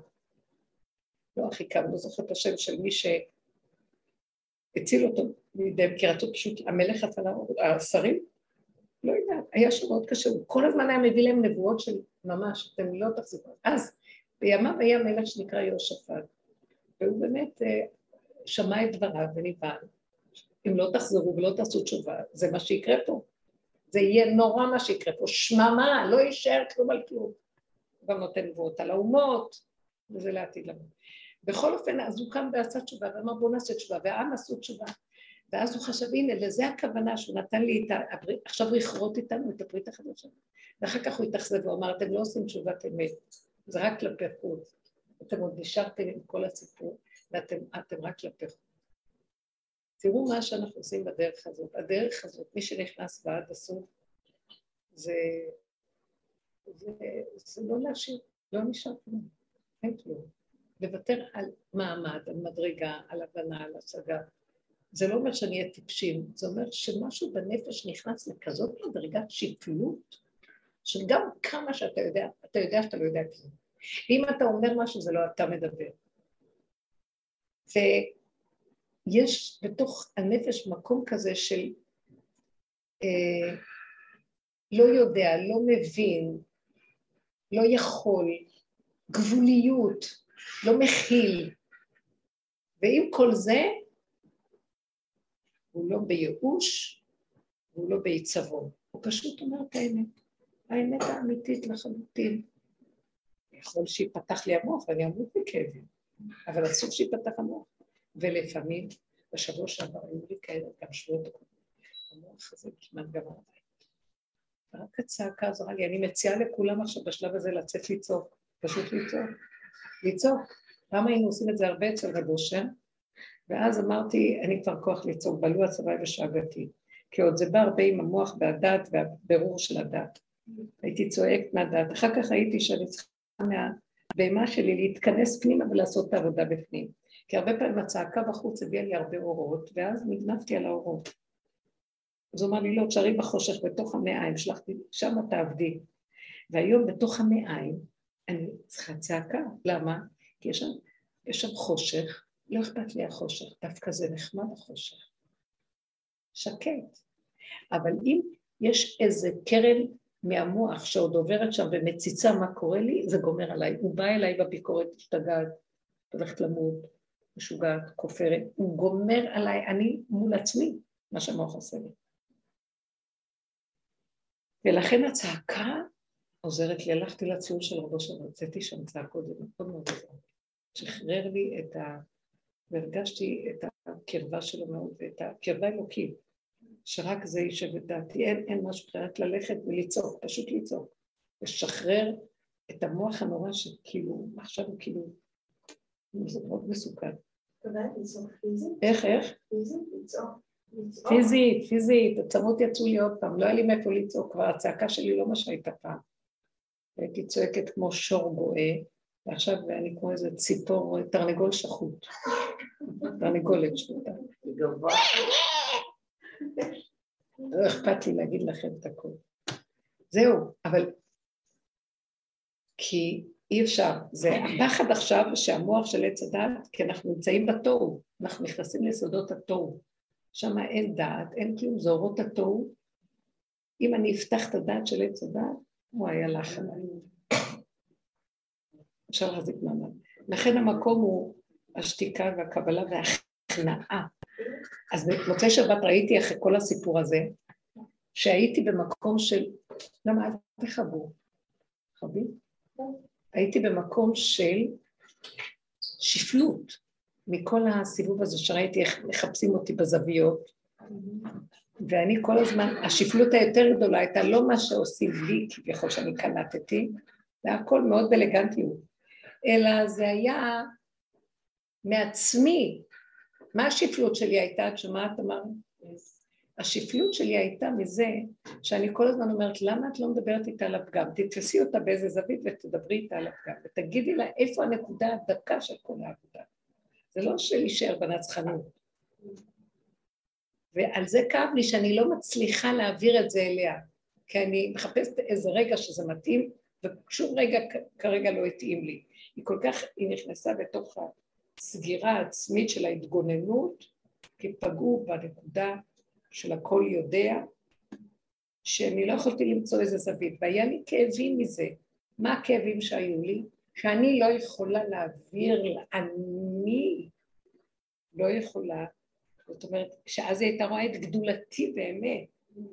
לא חיכם, לא זוכר את השם של מי שהציל אותו מידיהם, כי רצו פשוט, המלך רצה להרוג, השרים, לא יודעת, היה שם מאוד קשה, הוא כל הזמן היה מביא להם נבואות של ממש, אתם לא תחזיקו. אז בימיו היה מלך שנקרא יהושפט, והוא באמת שמע את דבריו ונבהל, אם לא תחזרו ולא תעשו תשובה, זה מה שיקרה פה. זה יהיה נורא מה שיקרה פה, שממה, לא יישאר כלום על כלום. גם נותן נבואות על האומות, וזה לעתיד לנו. בכל אופן, אז הוא קם ועשה תשובה, ואמר בוא נעשה תשובה, והעם עשו תשובה. ואז הוא חשב, הנה, לזה הכוונה שהוא נתן לי את הברית, עכשיו הוא יכרות איתנו את הברית החדשה. ואחר כך הוא התאכזב ואומר, אתם לא עושים תשובת אמת, זה רק כלפי חוץ. אתם עוד נשארתם עם כל הסיפור, ואתם רק כלפי חוץ. תראו מה שאנחנו עושים בדרך הזאת. הדרך הזאת, מי שנכנס ועד הסוף, זה, זה, זה לא להשאיר, לא נשאר כלום, אין כלום. לוותר על מעמד, על מדרגה, על הבנה, על השגה. זה לא אומר שאני אהיה טיפשים, זה אומר שמשהו בנפש נכנס לכזאת מדרגת שפלות, שגם כמה שאתה יודע, אתה יודע שאתה לא יודע כלום. אם אתה אומר משהו, זה לא אתה מדבר. ויש בתוך הנפש מקום כזה של אה, לא יודע, לא מבין, לא יכול, גבוליות, לא מכיל. ועם כל זה, הוא לא בייאוש, הוא לא בעיצבון. הוא פשוט אומר את האמת. האמת האמיתית לחלוטין. יכול שיפתח לי המוח ואני אמות בכאבים, אבל אסור שיפתח המוח. ולפעמים, בשבוע שעבר היו לי כאלה, גם שבועות הקודמים, המוח הזה כמעט גמר עליי. רק הצעקה עזרה לי, אני מציעה לכולם עכשיו בשלב הזה לצאת לצעוק, פשוט לצעוק. לצעוק. למה היינו עושים את זה הרבה אצל רב אושר? ואז אמרתי, אני כבר כוח לצעוק, בלו הצבאי ושאגתי, כי עוד זה בא הרבה עם המוח והדת והבירור של הדת. הייתי צועקת מהדת, אחר כך הייתי שאני צריכה מהבהמה שלי להתכנס פנימה ולעשות את העבודה בפנים. כי הרבה פעמים הצעקה בחוץ הביאה לי הרבה אורות, ואז נגנבתי על האורות. אז הוא אמר לי, לא, תשארי בחושך בתוך המעיים, שלחתי, שם תעבדי. והיום בתוך המעיים, אני צריכה צעקה. למה? כי יש שם, יש שם חושך, לא אכפת לי החושך, דווקא זה נחמד החושך. שקט. אבל אם יש איזה קרן מהמוח שעוד עוברת שם ומציצה מה קורה לי, זה גומר עליי. הוא בא אליי בביקורת, השתגעת, הולכת למות, משוגעת, כופרת, הוא גומר עליי, אני מול עצמי, מה שהמוח עושה לי. ולכן הצעקה עוזרת לי, הלכתי לציון של רבו שלנו, הוצאתי שם צעקות, זה מאוד מאוד עזר. שחרר לי את ה... והרגשתי את הקרבה שלו מאוד, ואת הקרבה אלוקית, שרק זה יישב את דעתי, אין, אין משהו אחרת ללכת ולצעוק, פשוט לצעוק, לשחרר את המוח הנורא שכאילו, עכשיו הוא כאילו, זה מאוד מסוכן. תודה, לצעוק פיזית? איך, איך? פיזית, לצעוק. פיזית, פיזית, הצמות יצאו לי עוד פעם, לא היה לי מאיפה לצעוק, כבר הצעקה שלי לא מה שהייתה פעם. הייתי צועקת כמו שור גואה, ועכשיו אני כמו איזה ציפור, תרנגול שחוט, תרנגולת שחוטה. גבוה. לא אכפת לי להגיד לכם את הכל. זהו, אבל כי אי אפשר, זה הפחד עכשיו שהמוח של עץ הדעת, כי אנחנו נמצאים בתוהו, אנחנו נכנסים לסודות התוהו, שם אין דעת, אין כלום, זה אורות התוהו, אם אני אפתח את הדעת של עץ הדעת, הוא היה לך עליי. אפשר להחזיק מעמד. לכן המקום הוא השתיקה והקבלה וההכנעה. אז במוצאי שבת ראיתי אחרי כל הסיפור הזה, שהייתי במקום של, למה אל תחבו? חבי? הייתי במקום של שפלות, מכל הסיבוב הזה שראיתי איך מחפשים אותי בזוויות, ואני כל הזמן, השפלות היותר גדולה הייתה לא מה שעושים לי, כביכול שאני קלטתי, זה הכל מאוד אלגנטיות, אלא זה היה מעצמי. מה השפלות שלי הייתה? את שומעת אמר? השפלות שלי הייתה מזה שאני כל הזמן אומרת, למה את לא מדברת איתה על הפגם? תתפסי אותה באיזה זווית ותדברי איתה על הפגם, ותגידי לה איפה הנקודה הדקה של כל העבודה. זה לא שלהישאר בנצחנות. ועל זה כאב לי שאני לא מצליחה להעביר את זה אליה, כי אני מחפשת איזה רגע שזה מתאים, ושום רגע כרגע לא התאים לי. היא כל כך, היא נכנסה בתוך הסגירה העצמית של ההתגוננות, כי פגעו בנקודה של הכל יודע, שאני לא יכולתי למצוא איזה זווית, והיה לי כאבים מזה. מה הכאבים שהיו לי? שאני לא יכולה להעביר, אני לא יכולה, זאת אומרת, שאז היא הייתה רואה את גדולתי באמת.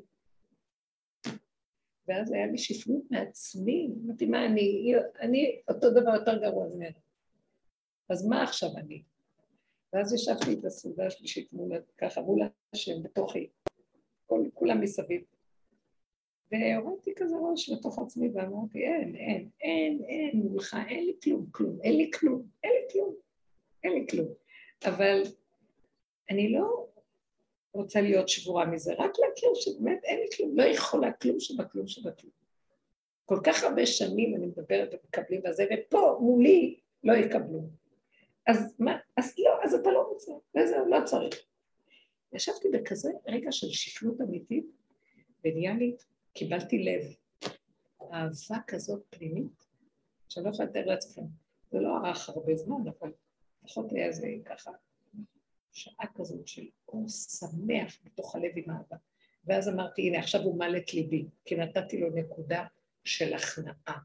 ואז היה לי שפלות מעצמי, אמרתי, מה אני, אני אותו דבר יותר גרוע ממנו. אז מה עכשיו אני? ואז ישבתי את הסעודה השלישית מול, ככה מול השם בתוכי, כולם מסביב. והורדתי כזה ראש בתוך עצמי ואמרתי, אין, אין, אין, אין מולך, אין לי כלום, כלום, אין לי כלום, אין לי כלום, אין לי כלום. אבל אני לא רוצה להיות שבורה מזה, רק להכיר שבאמת אין לי כלום, לא יכולה כלום שבכלום שבכלום. כל כך הרבה שנים אני מדברת ומקבלים בזה, ופה מולי לא יקבלו. אז מה, אז לא, אז אתה לא רוצה, וזהו, לא צריך. ישבתי בכזה רגע של שפלות אמיתית, ונהיה לי, קיבלתי לב, אהבה כזאת פנימית, שאני לא יכולה לתאר לעצמכם. זה לא ערך הרבה זמן, אבל לפחות היה זה ככה, שעה כזאת של אור שמח בתוך הלב עם אהבה. ואז אמרתי, הנה, עכשיו הוא מעלה את ליבי, כי נתתי לו נקודה של הכנעה.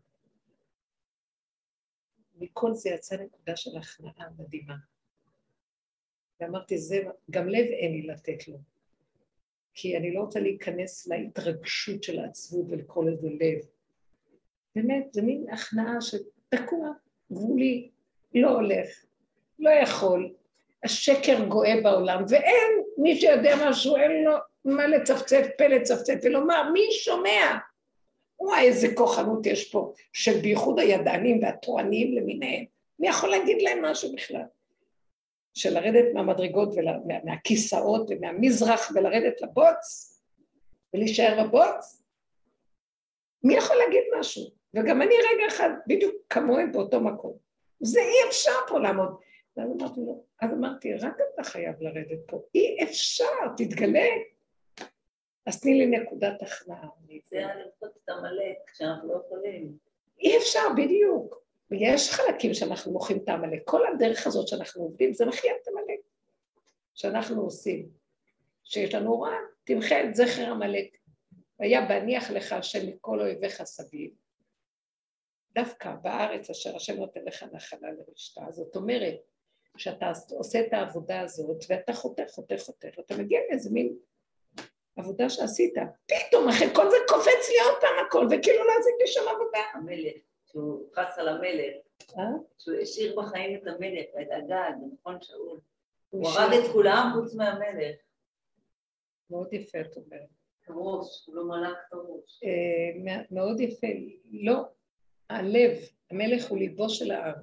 מכל זה יצא נקודה של הכנעה מדהימה. ואמרתי, זה, גם לב אין לי לתת לו. כי אני לא רוצה להיכנס להתרגשות של העצבות ולקרוא לזה לב. באמת, זה מין הכנעה שתקוע, גבולי, לא הולך, לא יכול. השקר גואה בעולם, ואין מי שיודע משהו, אין לו מה לצפצף, פה לצפצף, ולומר, מי שומע? וואי, איזה כוחנות יש פה, של בייחוד הידענים והתורניים למיניהם. מי יכול להגיד להם משהו בכלל? של לרדת מהמדרגות ומהכיסאות ומהמזרח ולרדת לבוץ, ולהישאר בבוץ? מי יכול להגיד משהו? וגם אני רגע אחד בדיוק כמוהם באותו מקום. זה אי אפשר פה לעמוד. ואז אמרתי לו, אז אמרתי, רק אתה חייב לרדת פה, אי אפשר, תתגלה. אז תני לי נקודת הכנעה. זה היה לראות את המלאק, כשאנחנו לא יכולים. אי אפשר, בדיוק. ויש חלקים שאנחנו מוחים את המלאק. כל הדרך הזאת שאנחנו עובדים, זה מחיה את המלאק. שאנחנו עושים. שיש לנו רע, תמחה את זכר המלאק. והיה בהניח לך השם מכל אויביך סביב. דווקא בארץ אשר השם נותן לך נחלה לרשתה. זאת אומרת, שאתה עושה את העבודה הזאת, ואתה חותך, חותך, חותך, ואתה מגיע לאיזה מין עבודה שעשית. פתאום אחרי כל זה קופץ לי עוד פעם הכל, וכאילו להזיק לי שם עבודה. המלך, שהוא חס על המלך, אה? שהוא השאיר בחיים את המלך, את הגג, נכון שאול. הוא הרג את כולם חוץ מהמלך. מאוד יפה, את אומרת. הראש, הוא לא מלך את הראש. מאוד יפה, לא, הלב, המלך הוא ליבו של העם.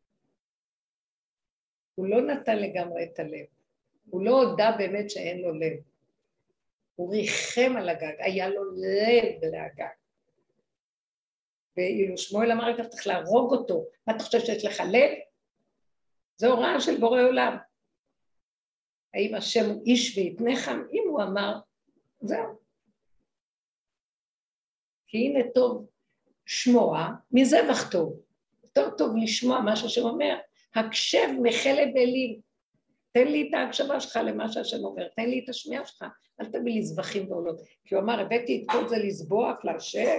הוא לא נתן לגמרי את הלב, הוא לא הודע באמת שאין לו לב. הוא ריחם על הגג, היה לו לב להגג. ואילו שמואל אמר, אתה צריך להרוג אותו, מה אתה חושב שיש לך לב? זו הוראה של בורא עולם. האם השם הוא איש ויתנחם? אם הוא אמר, זהו. כי הנה טוב שמוע, מזבח טוב. יותר טוב לשמוע מה שהשם אומר, הקשב מחלב אלים. תן לי את ההקשבה שלך למה שהשם אומר, תן לי את השמיעה שלך, אל תביא לי זבחים ועולות. כי הוא אמר, הבאתי את כל זה לזבוח, להשם.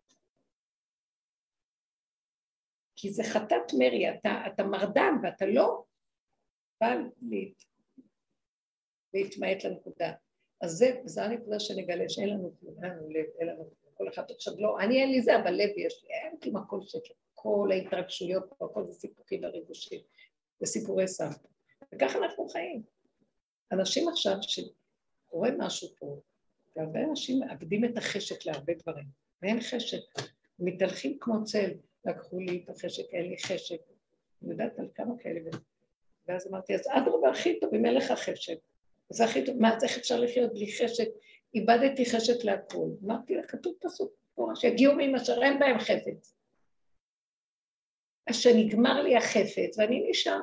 כי זה חטאת מרי, אתה, אתה מרדן ואתה לא בא להת... להתמעט לנקודה. אז זה, זה הנקודה שנגלה שאין לנו כלום, אין לנו לב, אין לנו כלום. כל אחד עכשיו לא, אני אין לי זה, אבל לב יש לי, אין כלום הכל שקר. כל ההתרגשויות פה, הכל זה סיפוקים וריגושים, זה סיפורי סבתא. וכך אנחנו חיים. אנשים עכשיו שקורה משהו פה, והרבה אנשים מאבדים את החשק להרבה דברים, ואין חשק, מתהלכים כמו צל, לקחו לי את החשק, אין לי חשק, אני יודעת על כמה כאלה, ואז אמרתי, אז אדרבה הכי טוב, אם אין לך חשק, זה הכי טוב, מה, אז איך אפשר לחיות בלי חשק? איבדתי חשק להכל, אמרתי לה, כתוב פסוק פה, שיגיעו מים אשר אין בהם חפץ, אשר נגמר לי החפץ, ואני נשאר,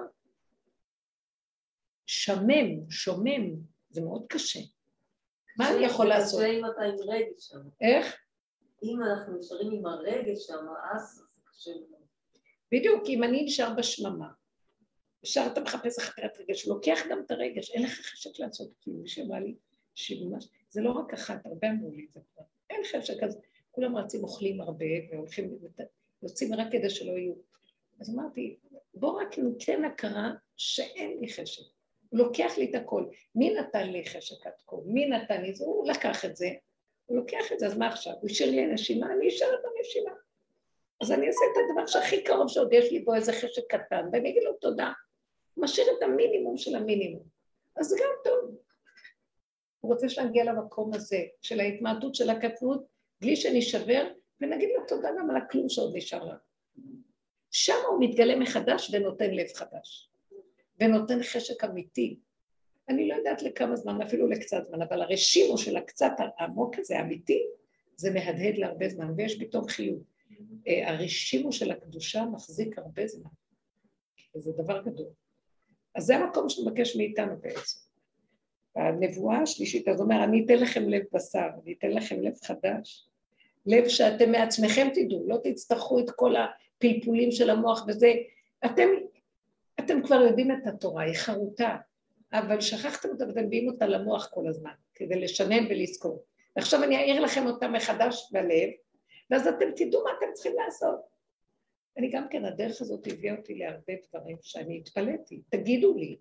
שמם, שומם, זה מאוד קשה. מה אני יכול לעשות? זה אם אתה עם רגש שם. איך? אם אנחנו נשארים עם הרגש שם, אז זה קשה. בדיוק, אם אני נשאר בשממה, ישר אתה מחפש אחרת רגש, לוקח גם את הרגש, אין לך חשק לעשות, כי מי שאמר לי, שממש, זה לא רק אחת, הרבה אמרו לי את זה כבר, אין חשק, אז כולם רצים אוכלים הרבה, והולכים, יוצאים רק כדי שלא יהיו. אז אמרתי, בוא רק ניתן הכרה שאין לי חשק. הוא לוקח לי את הכל. מי נתן לי חשק עד כה? מי נתן לי זה? הוא לקח את זה. הוא לוקח את זה, אז מה עכשיו? הוא השאיר לי נשימה, אני אשאר את הנשימה. אז אני אעשה את הדבר שהכי קרוב שעוד יש לי בו איזה חשק קטן, ואני אגיד לו תודה. הוא משאיר את המינימום של המינימום. אז זה גם טוב. הוא רוצה שנגיע למקום הזה, של ההתמעטות של הקטנות, בלי שנשבר, ונגיד לו תודה גם על הכלום שעוד נשאר לה. שם הוא מתגלה מחדש ונותן לב חדש. ונותן חשק אמיתי. אני לא יודעת לכמה זמן, אפילו לקצת זמן, אבל הרשימו של הקצת העמוק הזה, אמיתי, זה מהדהד להרבה זמן, ויש פתאום חיוב. הרשימו של הקדושה מחזיק הרבה זמן. וזה דבר גדול. אז זה המקום שמבקש מאיתנו בעצם. הנבואה השלישית, אז אומר, אני אתן לכם לב בשר, אני אתן לכם לב חדש, לב שאתם מעצמכם תדעו, לא תצטרכו את כל הפלפולים של המוח וזה, אתם... אתם כבר יודעים את התורה, היא חרוטה, אבל שכחתם אותה ואתם מביאים אותה למוח כל הזמן, כדי לשנן ולזכור. ועכשיו אני אעיר לכם אותה מחדש בלב, ואז אתם תדעו מה אתם צריכים לעשות. אני גם כן, הדרך הזאת הביאה אותי להרבה דברים שאני התפלאתי. תגידו לי,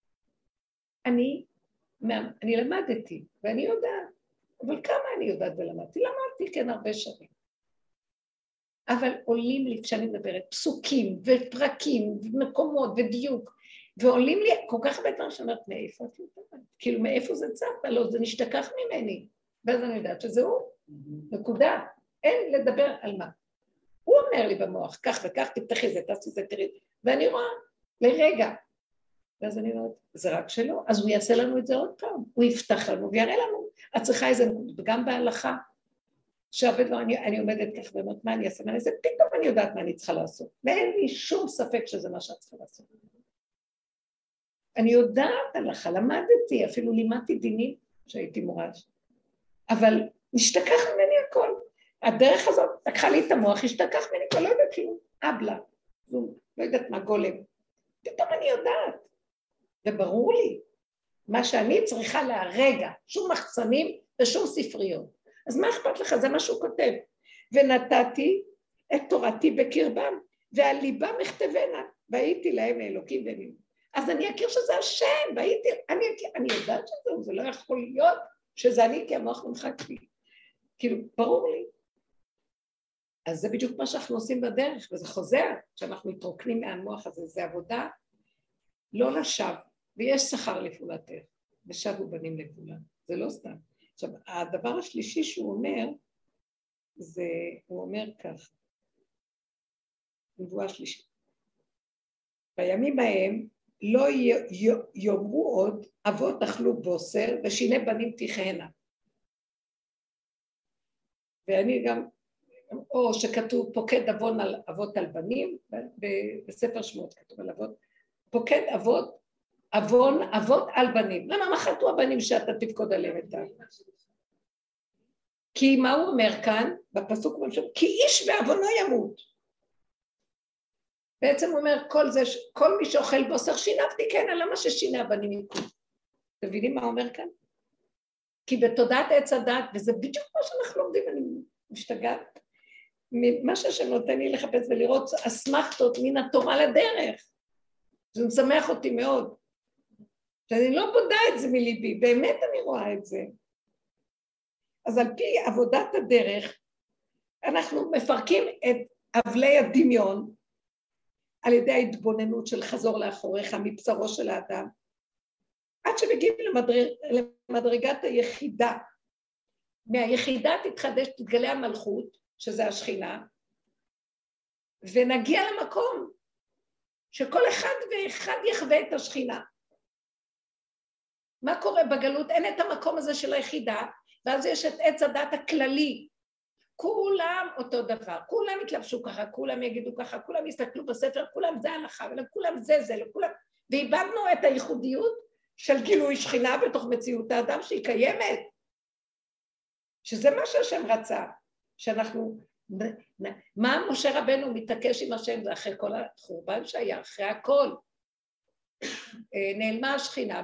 אני, אני למדתי, ואני יודעת, אבל כמה אני יודעת ולמדתי? למדתי כן הרבה שנים. אבל עולים לי, כשאני מדברת, פסוקים ופרקים ומקומות ודיוק, ועולים לי כל כך הרבה דברים שאומרת, מאיפה את יודעת? כאילו, מאיפה זה צף? לא, זה נשתכח ממני. ואז אני יודעת שזה הוא, נקודה. אין לדבר על מה. הוא אומר לי במוח, כך וכך, תפתחי זה, תעשי זה, תראי. ואני רואה, לרגע. ואז אני אומרת, זה רק שלו, אז הוא יעשה לנו את זה עוד פעם. הוא יפתח לנו ויראה לנו. את צריכה איזה נקודה, וגם בהלכה. שהרבה דבר, אני, אני עומדת כך ואומרת, מה אני אעשה? מה אני אעשה? פתאום אני יודעת מה אני צריכה לעשות. ואין לי שום ספק שזה מה שאת צריכה לעשות. אני יודעת הלכה, למדתי, אפילו לימדתי דינים שהייתי מורה. אבל נשתכח ממני הכל. הדרך הזאת לקחה לי את המוח, השתכח ממני, כבר לא יודעת כלום. אבלה, לא יודעת מה, גולם. פתאום אני יודעת. וברור לי, מה שאני צריכה להרגע, שום מחצנים ושום ספריות. אז מה אכפת לך? זה מה שהוא כותב. ונתתי את תורתי בקרבם, ועל ליבם אכתבנה, והייתי להם אלוקים ומים. אז אני אכיר שזה השם, והייתי, אני, אני יודעת שזה, זה לא יכול להיות שזה אני, כי המוח נמחק לי. כאילו, ברור לי. אז זה בדיוק מה שאנחנו עושים בדרך, וזה חוזר, כשאנחנו מתרוקנים מהמוח הזה, זה עבודה לא לשווא, ויש שכר לפעולתך, ושבו בנים לגבולם, זה לא סתם. עכשיו, הדבר השלישי שהוא אומר, זה, הוא אומר כך, נבואה שלישית. בימים ההם לא יאמרו עוד, אבות אכלו בוסר ושיני בנים תיכהנה. ואני גם, או שכתוב פוקד אבון על אבות על בנים, בספר שמות כתוב על אבות, פוקד אבות אבון, אבות על בנים. למה? מה חטאו הבנים שאתה תפקוד עליהם את ה... כי מה הוא אומר כאן, בפסוק, כי איש בעוונו ימות. בעצם הוא אומר, כל זה, כל מי שאוכל בוסר שינבתי, כן, למה ששינה הבנים יקום? אתם מבינים מה הוא אומר כאן? כי בתודעת עץ הדת, וזה בדיוק מה שאנחנו לומדים, אני משתגעת, מה שהשם נותן לי לחפש ולראות אסמכתות מן התורה לדרך. זה משמח אותי מאוד. שאני לא בודה את זה מליבי, באמת אני רואה את זה. אז על פי עבודת הדרך, אנחנו מפרקים את אבלי הדמיון, על ידי ההתבוננות של חזור לאחוריך מבשרו של האדם, עד שמגיעים למדרג, למדרגת היחידה. מהיחידה תתחדש, תתגלה המלכות, שזה השכינה, ונגיע למקום שכל אחד ואחד יחווה את השכינה. מה קורה בגלות? אין את המקום הזה של היחידה, ואז יש את עץ הדת הכללי. כולם אותו דבר, כולם יתלבשו ככה, כולם יגידו ככה, כולם יסתכלו בספר, כולם זה הלכה, וכולם זה זה, לכולם, ואיבדנו את הייחודיות של גילוי שכינה בתוך מציאות האדם שהיא קיימת, שזה מה שהשם רצה, שאנחנו, מה משה רבנו מתעקש עם השם, זה אחרי כל החורבן שהיה, אחרי הכל, נעלמה השכינה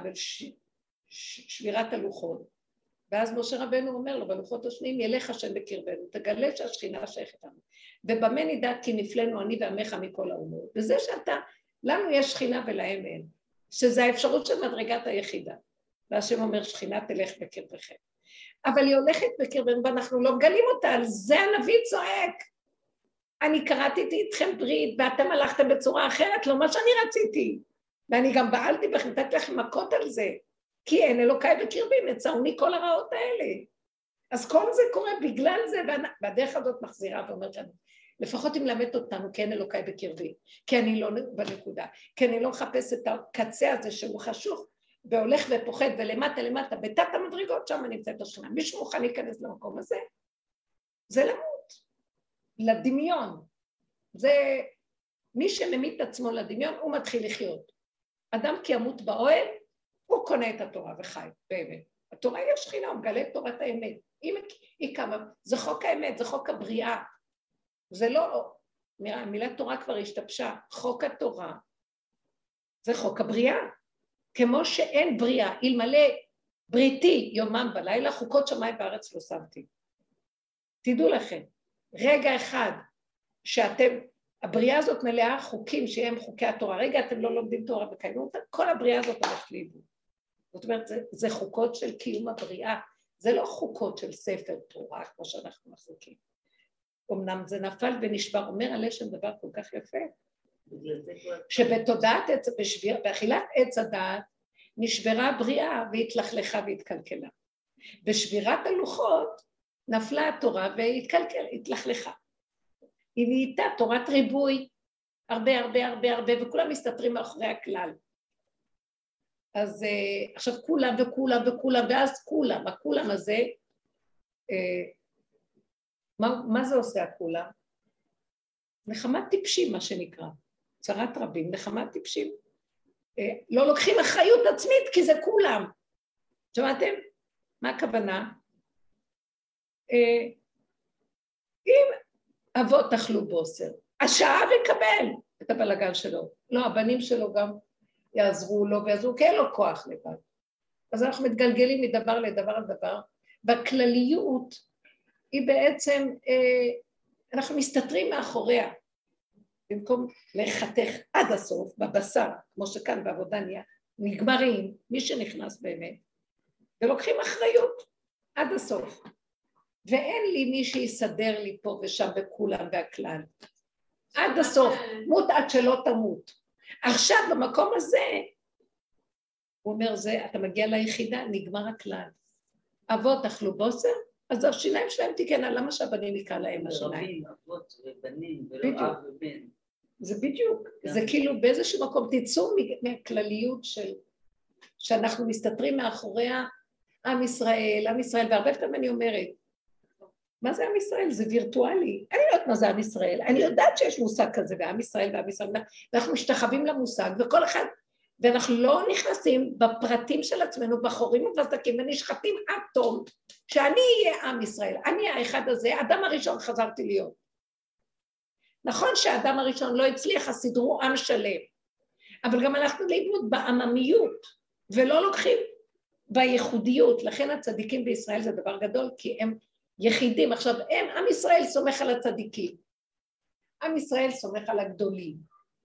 בשבירת הלוחות, ואז משה רבנו אומר לו, בלוחות השניים, ילך השם בקרבנו, תגלה שהשכינה שייכת לנו. ובמה נדע כי נפלנו אני ועמך מכל האומות. וזה שאתה, לנו יש שכינה ולהם אין, שזה האפשרות של מדרגת היחידה. והשם אומר, שכינה תלך בקרבכם. אבל היא הולכת בקרבנו, ואנחנו לא מגלים אותה, על זה הנביא צועק. אני קראתי איתכם ברית, ואתם הלכתם בצורה אחרת, לא מה שאני רציתי. ואני גם בעלתי בכם, נתתי לכם מכות על זה. כי אין אלוקיי בקרבי, מצאוני כל הרעות האלה. אז כל זה קורה בגלל זה, והדרך הזאת מחזירה ואומרת לנו, לפחות אם למד אותנו, כי אין אלוקיי בקרבי, כי אני לא בנקודה, כי אני לא מחפש את הקצה הזה שהוא חשוך, והולך ופוחד, ולמטה למטה, בתת המדרגות, שם נמצאת השכינה. מישהו מוכן להיכנס למקום הזה? זה למות, לדמיון. זה מי שממית עצמו לדמיון, הוא מתחיל לחיות. אדם כי ימות באוהל, הוא קונה את התורה וחי, באמת. התורה היא השכינה, הוא מגלה את תורת האמת. היא, היא כמה, זה חוק האמת, זה חוק הבריאה. זה לא, נראה, המילה תורה כבר השתבשה, חוק התורה, זה חוק הבריאה. כמו שאין בריאה, אלמלא בריתי יומם בלילה, חוקות שמיים בארץ לא שמתי. תדעו לכם, רגע אחד שאתם, הבריאה הזאת מלאה חוקים שהם חוקי התורה, רגע אתם לא לומדים תורה וקיימו אותה, כל הבריאה הזאת הולכת לאיבוד. זאת אומרת, זה, זה חוקות של קיום הבריאה, זה לא חוקות של ספר תורה, כמו שאנחנו מחזיקים. אמנם זה נפל ונשבר, אומר עלי שם דבר כל כך יפה, שבתודעת, בשביר, באכילת עץ הדעת, נשברה הבריאה והתלכלכה והתקלקלה. בשבירת הלוחות נפלה התורה והתקלקלה, התלכלכה. היא נהייתה תורת ריבוי, הרבה הרבה הרבה הרבה, וכולם מסתתרים מאחורי הכלל. אז uh, עכשיו כולם וכולם וכולם, ואז כולם, הכולם הזה, uh, מה, מה זה עושה הכולם? נחמת טיפשים, מה שנקרא, צרת רבים, נחמת טיפשים. Uh, לא לוקחים אחריות עצמית, כי זה כולם. שמעתם? מה הכוונה? Uh, אם אבות אכלו בוסר, השעה וקבל את הבלגן שלו. לא, הבנים שלו גם יעזרו לו ויעזרו, כי אין לו כוח לבד. אז אנחנו מתגלגלים מדבר לדבר לדבר. בכלליות היא בעצם, אנחנו מסתתרים מאחוריה, במקום לחתך עד הסוף, בבשר, כמו שכאן בעבודה נגמרים, מי שנכנס באמת, ולוקחים אחריות עד הסוף. ואין לי מי שיסדר לי פה ושם בכולם והכלל. עד הסוף, מות עד שלא תמות. עכשיו במקום הזה, הוא אומר זה, אתה מגיע ליחידה, נגמר הכלל. אבות אכלו בוסר, אז השיניים שלהם תיקנה, למה שהבנים יקרא להם השיניים? רבים, אבות ובנים, ולא אב ובן. זה בדיוק, זה כאילו באיזשהו מקום, תצאו מהכלליות של, שאנחנו מסתתרים מאחוריה, עם ישראל, עם ישראל, והרבה פעמים אני אומרת, מה זה עם ישראל? זה וירטואלי. אני לא יודעת מה זה עם ישראל. אני יודעת שיש מושג כזה, ועם ישראל ועם ישראל, ואנחנו משתחווים למושג, וכל אחד ואנחנו לא נכנסים בפרטים של עצמנו, בחורים ובסדקים ונשחטים עד תום, שאני אהיה עם ישראל, אני האחד הזה, האדם הראשון חזרתי להיות. נכון שהאדם הראשון לא הצליח, אז סידרו עם שלם, אבל גם הלכנו לאיבוד בעממיות, ולא לוקחים בייחודיות, לכן הצדיקים בישראל זה דבר גדול, כי הם יחידים. עכשיו, הם, עם ישראל סומך על הצדיקים, עם ישראל סומך על הגדולים.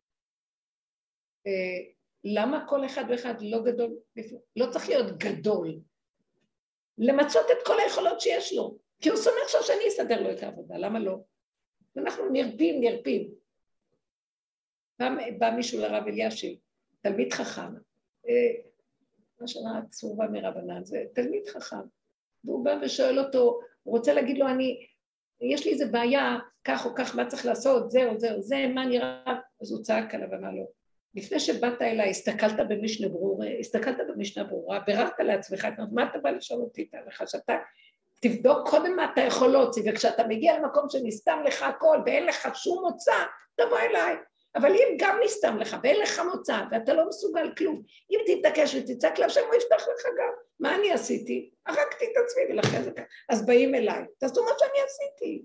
למה כל אחד ואחד לא גדול? לא צריך להיות גדול. למצות את כל היכולות שיש לו, כי הוא סומך עכשיו שאני אסדר לו את העבודה, למה לא? ואנחנו נרפים, נרפים. פעם בא מישהו לרב אלישיב, תלמיד חכם, מה שנה צרובה מרבנן, זה תלמיד חכם, והוא בא ושואל אותו, הוא רוצה להגיד לו, אני, יש לי איזה בעיה, כך או כך, מה צריך לעשות, זה או זה או זה, מה נראה? אז הוא צעק עליו, אמר לו, לפני שבאת אליי, הסתכלת במשנה ברורה, הסתכלת במשנה ברורה, ביררת לעצמך, מה אתה בא לשאול אותי, לך שאתה תבדוק קודם מה אתה יכול להוציא, וכשאתה מגיע למקום שנסתם לך הכל, ואין לך שום מוצא, תבוא אליי. אבל אם גם נסתם לך, ואין לך מוצא, ואתה לא מסוגל כלום, אם תתעקש ותצעק להשם, הוא יפתח לך גם. מה אני עשיתי? הרגתי את עצמי, ולכן זה ככה. אז באים אליי, תעשו מה שאני עשיתי.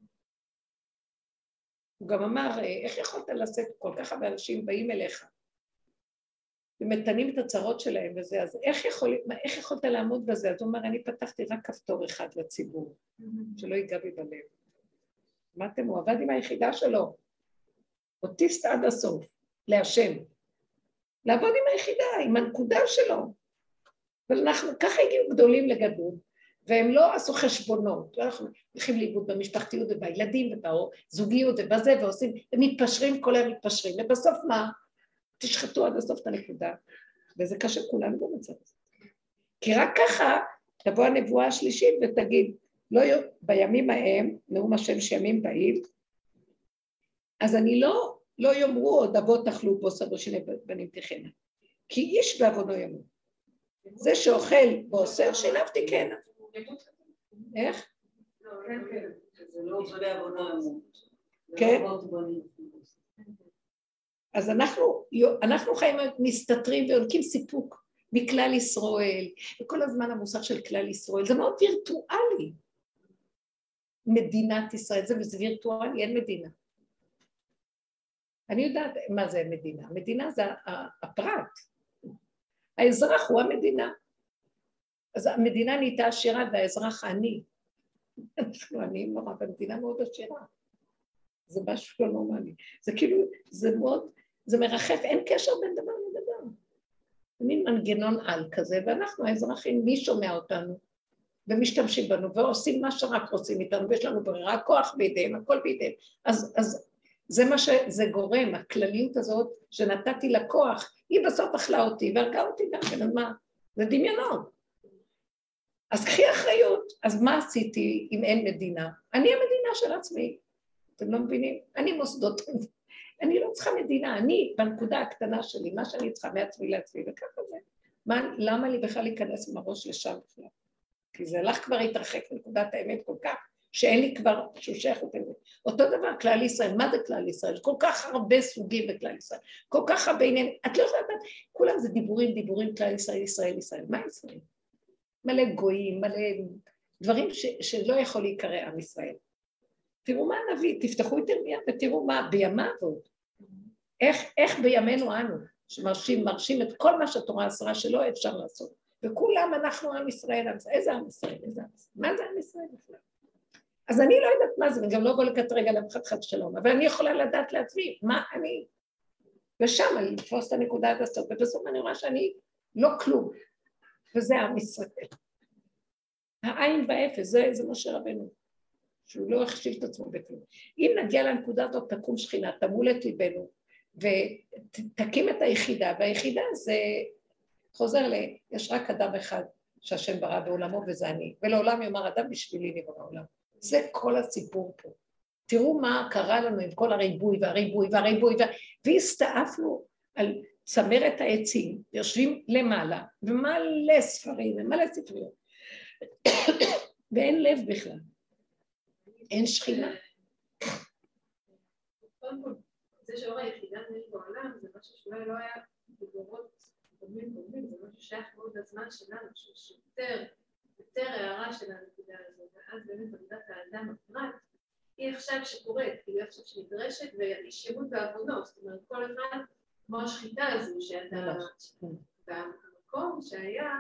הוא גם אמר, איך יכולת לשאת כל כך הרבה אנשים באים אליך, ומתנים את הצרות שלהם וזה, אז איך, יכול, איך יכולת לעמוד בזה? אז הוא אומר, אני פתחתי רק כפתור אחד לציבור, שלא ייגע בי בלב. אמרתם, הוא עבד עם היחידה שלו, אוטיסט עד הסוף, להשם. לעבוד עם היחידה, עם הנקודה שלו. אבל אנחנו ככה הגיעו גדולים לגדול, והם לא עשו חשבונות, ואנחנו הולכים לאיבוד במשפחתיות ובילדים ובזוגיות ובזה, ועושים, הם מתפשרים, כל הם מתפשרים, ובסוף מה? תשחטו עד הסוף את הנקודה, וזה קשה כולנו במצב הזה. כי רק ככה תבוא הנבואה השלישית ותגיד, לא, בימים ההם, נאום השם שימים באים, אז אני לא, לא יאמרו עוד אבות תאכלו בוסר ושני בנים תחנה, כי איש בעוונו ימות. זה שאוכל בוסר, שילבתי כן. איך? כן, כן. זה לא בעוונו ימות. כן. אז אנחנו, אנחנו חיים מסתתרים ויונקים סיפוק מכלל ישראל, וכל הזמן המושג של כלל ישראל, זה מאוד וירטואלי. מדינת ישראל, זה, זה וירטואלי, אין מדינה. אני יודעת מה זה מדינה. מדינה זה הפרט. האזרח הוא המדינה. אז המדינה נהייתה עשירה והאזרח עני. אנחנו עניים נורא, והמדינה מאוד עשירה. זה משהו לא נורמלי. זה כאילו, זה מאוד, זה מרחף, אין קשר בין דבר לדבר. זה מין מנגנון על כזה, ואנחנו האזרחים, מי שומע אותנו? ומשתמשים בנו, ועושים מה שרק רוצים איתנו, ויש לנו ברירה, כוח בידיהם, הכל בידיהם. אז, אז זה מה שזה גורם, הכלליות הזאת שנתתי לכוח, היא בסוף אכלה אותי, והרגה אותי גם כן, אז מה? זה דמיונות. אז קחי אחריות, אז מה עשיתי אם אין מדינה? אני המדינה של עצמי, אתם לא מבינים? אני מוסדות, אני לא צריכה מדינה, אני בנקודה הקטנה שלי, מה שאני צריכה מעצמי לעצמי, וככה זה. מה, למה לי בכלל להיכנס עם הראש לשם בכלל? כי זה הלך כבר התרחק מנקודת האמת כל כך, שאין לי כבר שושך אותם. אותו דבר, כלל ישראל, מה זה כלל ישראל? כל כך הרבה סוגים בכלל ישראל, כל כך הרבה עניין, את לא יכולה לדעת, כולם זה דיבורים, דיבורים, כלל ישראל, ישראל, ישראל, מה ישראל? מלא גויים, מלא דברים ש, שלא יכול להיקרא עם ישראל. תראו מה הנביא, תפתחו את ירמיה ותראו מה, בימיו עוד. איך, איך בימינו אנו, שמרשים, מרשים את כל מה שהתורה אסרה שלא אפשר לעשות. וכולם אנחנו עם ישראל, איזה עם ישראל, איזה עם ישראל, מה זה עם ישראל בכלל? אז אני לא יודעת מה זה, וגם לא בוא לקטרג על אף אחד שלום, אבל אני יכולה לדעת לעצמי, מה אני? ושם אני לתפוס את הנקודה עד הסוף, ובסוף אני רואה שאני לא כלום, וזה עם ישראל. העין באפס, זה, זה משה רבנו, שהוא לא החשיב את עצמו בכלום. אם נגיע לנקודה הזאת, תקום שכינה, תמול את ליבנו, ותקים את היחידה, והיחידה זה חוזר ל... יש רק אדם אחד שהשם ברא בעולמו, וזה אני, ולעולם יאמר אדם בשבילי נברא העולם. זה כל הסיפור פה. תראו מה קרה לנו עם כל הריבוי והריבוי והריבוי, והסתעפנו על צמרת העצים, יושבים למעלה, ומלא ספרים, ומלא ספריות, ואין לב בכלל. אין שכינה. קודם כל, זה שאור היחידה נהיה בעולם, זה משהו שאולי לא היה בדורות חושבים קודמים, זה משהו שייך מאוד לזמן שלנו, שיותר, יותר הערה של הנקודה הזאת, ואז באמת עבודת האדם הפרט, היא עכשיו שקורית, היא עכשיו שנדרשת, והיא שירות בעבודות, זאת אומרת, כל אחד, כמו השחיטה הזו, שאתה, במקום שהיה,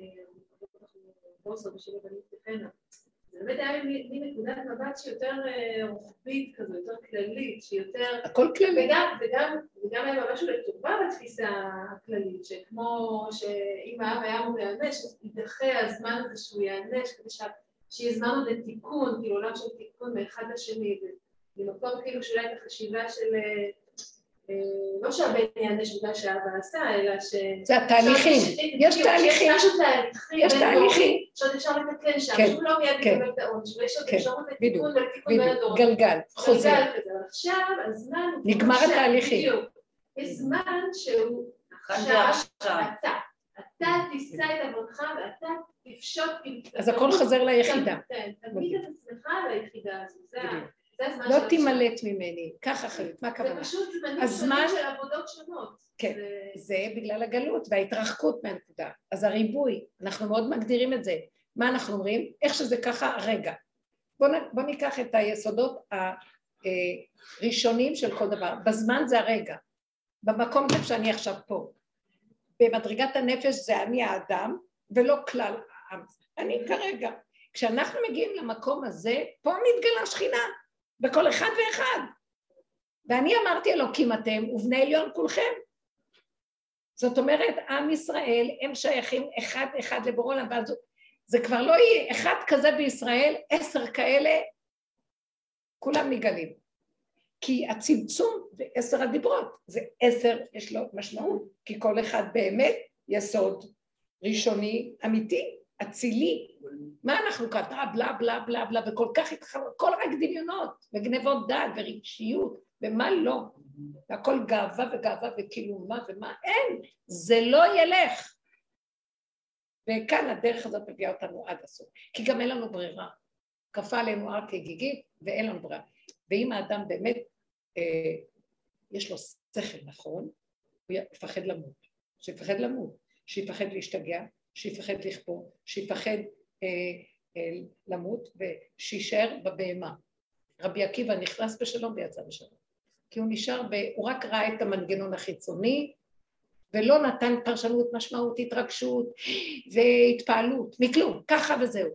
בוסר בשביל הבנים תפנה, זה באמת היה מנקודת מבט שיותר רוחבית כזו, יותר כללית, שיותר... הכל כללי. וגם, וגם, וגם היה משהו לטובה בתפיסה הכללית, שכמו שאם האב היה אמור להיענש, אז יידחה הזמן הזה שהוא יענש, כדי שיהיה זמן עוד לתיקון, כאילו עולם של תיקון מאחד לשני, ומקום כאילו שאולי את החשיבה של... לא שהבן יענש בגלל שהאבא עשה, אלא ש... זה התהליכים, יש תהליכים. יש משהו תהליכים. יש תהליכים. שעוד אפשר לתקן שם, שהוא לא מיד יקבל את העונש, ויש עוד אפשרות לתיקון ולתיקון בין הדורות. גלגל, חוזר. גלגל כזה, עכשיו הזמן... נגמר התהליכים. יש זמן שהוא... עכשיו, אתה. אתה תישא את עבודך ואתה תפשוט... אז הכל חוזר ליחידה. כן, תמיד את עצמך ליחידה הזו, זה... לא תימלט ממני, ככה אחרת, מה הכוונה? זה פשוט זמנים של עבודות שונות. כן, זה בגלל הגלות וההתרחקות מהנקודה. אז הריבוי, אנחנו מאוד מגדירים את זה. מה אנחנו אומרים? איך שזה ככה הרגע. בואו ניקח את היסודות הראשונים של כל דבר. בזמן זה הרגע. במקום זה שאני עכשיו פה. במדרגת הנפש זה אני האדם, ולא כלל העם. אני כרגע. כשאנחנו מגיעים למקום הזה, פה מתגלה שכינה. בכל אחד ואחד. ואני אמרתי אלוקים אתם, ובני עליון כולכם. זאת אומרת, עם ישראל, הם שייכים אחד אחד לבורא עולם, ואז זה כבר לא יהיה אחד כזה בישראל, עשר כאלה, כולם נגלים. כי הצמצום בעשר הדיברות, זה עשר, יש לו משמעות, כי כל אחד באמת יסוד ראשוני, אמיתי, אצילי. מה אנחנו כתב, בלה בלה בלה בלה, וכל כך התחלנו, כל רק דמיונות, וגנבות דעת ורגשיות, ומה לא, והכל גאווה וגאווה וכאילו מה ומה, אין, זה לא ילך. וכאן הדרך הזאת מביאה אותנו עד הסוף, כי גם אין לנו ברירה, כפה עלינו הר כגיגית, ואין לנו ברירה. ואם האדם באמת, אה, יש לו שכל נכון, הוא יפחד למות, שיפחד למות, שיפחד להשתגע, שיפחד לכפור, שיפחד אה, אה, למות, ושישאר בבהמה. רבי עקיבא נכנס בשלום ויצא בשלום. כי הוא נשאר, ב... הוא רק ראה את המנגנון החיצוני, ולא נתן פרשנות משמעות, התרגשות והתפעלות, מכלום, ככה וזהו.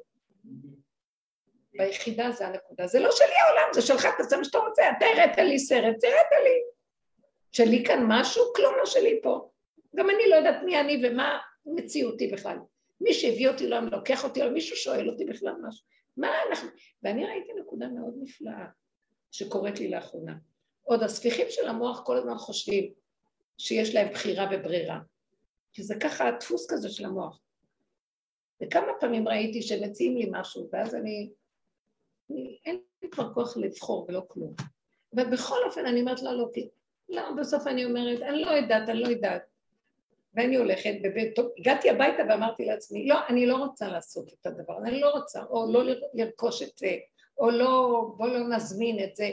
ביחידה זה הנקודה, זה לא שלי העולם, זה שלך, תעשה מה שאתה רוצה, אתה הראת לי סרט, זה הראת לי. שלי כאן משהו, כלום לא שלי פה. גם אני לא יודעת מי אני ומה מציאותי בכלל. מי שהביא אותי לא לוקח אותי, או מישהו שואל אותי בכלל משהו. מה אנחנו... ואני ראיתי נקודה מאוד נפלאה, שקוראת לי לאחרונה. עוד הספיחים של המוח כל הזמן חושבים שיש להם בחירה וברירה. כי זה ככה הדפוס כזה של המוח. וכמה פעמים ראיתי שמציעים לי משהו, ואז אני... אני אין לי כבר כוח לבחור ולא כלום. ובכל אופן אני אומרת לה, לא, כי... לא, בסוף אני אומרת, אני לא יודעת, אני לא יודעת. ואני הולכת בבית, טוב, הגעתי הביתה ואמרתי לעצמי, לא, אני לא רוצה לעשות את הדבר, אני לא רוצה, או לא לרכוש את זה, או לא, בוא לא נזמין את זה.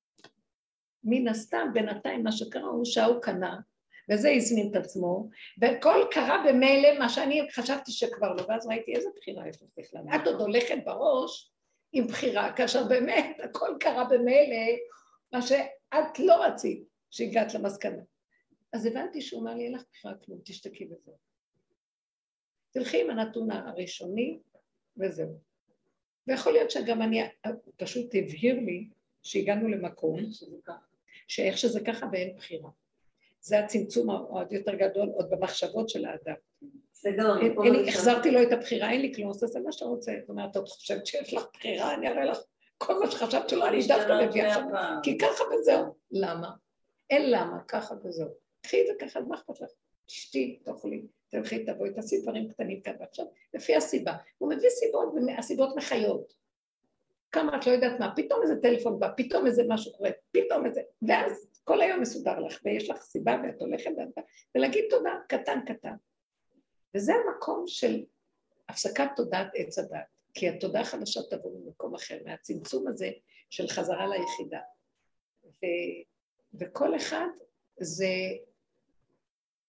מן הסתם, בינתיים מה שקרה הוא שההוא קנה, וזה הזמין את עצמו, וכל קרה במילא מה שאני חשבתי שכבר לא, ואז ראיתי איזה בחירה יש לך בכלל. את עוד הולכת בראש עם בחירה, כאשר באמת הכל קרה במילא, מה שאת לא רצית שהגעת למסקנה. אז הבנתי שהוא אומר לי, אין לך בחירה כלום, תשתקי בזה. תלכי עם הנתון הראשוני, וזהו. ויכול להיות שגם אני, פשוט הבהיר לי, שהגענו למקום, שאיך שזה ככה ואין בחירה. זה הצמצום העוד יותר גדול, עוד במחשבות של האדם. החזרתי לו את הבחירה, אין לי כלום, עושה מה שאתה רוצה. זאת אומרת, את חושבת שיש לך בחירה, אני אראה לך כל מה שחשבת שלא, אני דווקא מביאה שם, כי ככה וזהו. למה? אין למה, ככה וזהו. קחי את זה ככה, מה אכפת לך? תשתי, תאכלי, תלכי, תבואי, תעשי דברים קטנים כאן, ועכשיו, לפי הסיבה. הוא מביא סיבות, והסיבות מחיות. כמה את לא יודעת מה, פתאום איזה טלפון בא, פתאום איזה משהו קורה, פתאום איזה, ואז כל היום מסודר לך, ויש לך סיבה, ואת הולכת, ולהגיד תודה, קטן, קטן. וזה המקום של הפסקת תודעת עץ הדת, כי התודעה החדשה תבוא ממקום אחר, מהצמצום הזה של חזרה ליחידה. ו... וכל אחד זה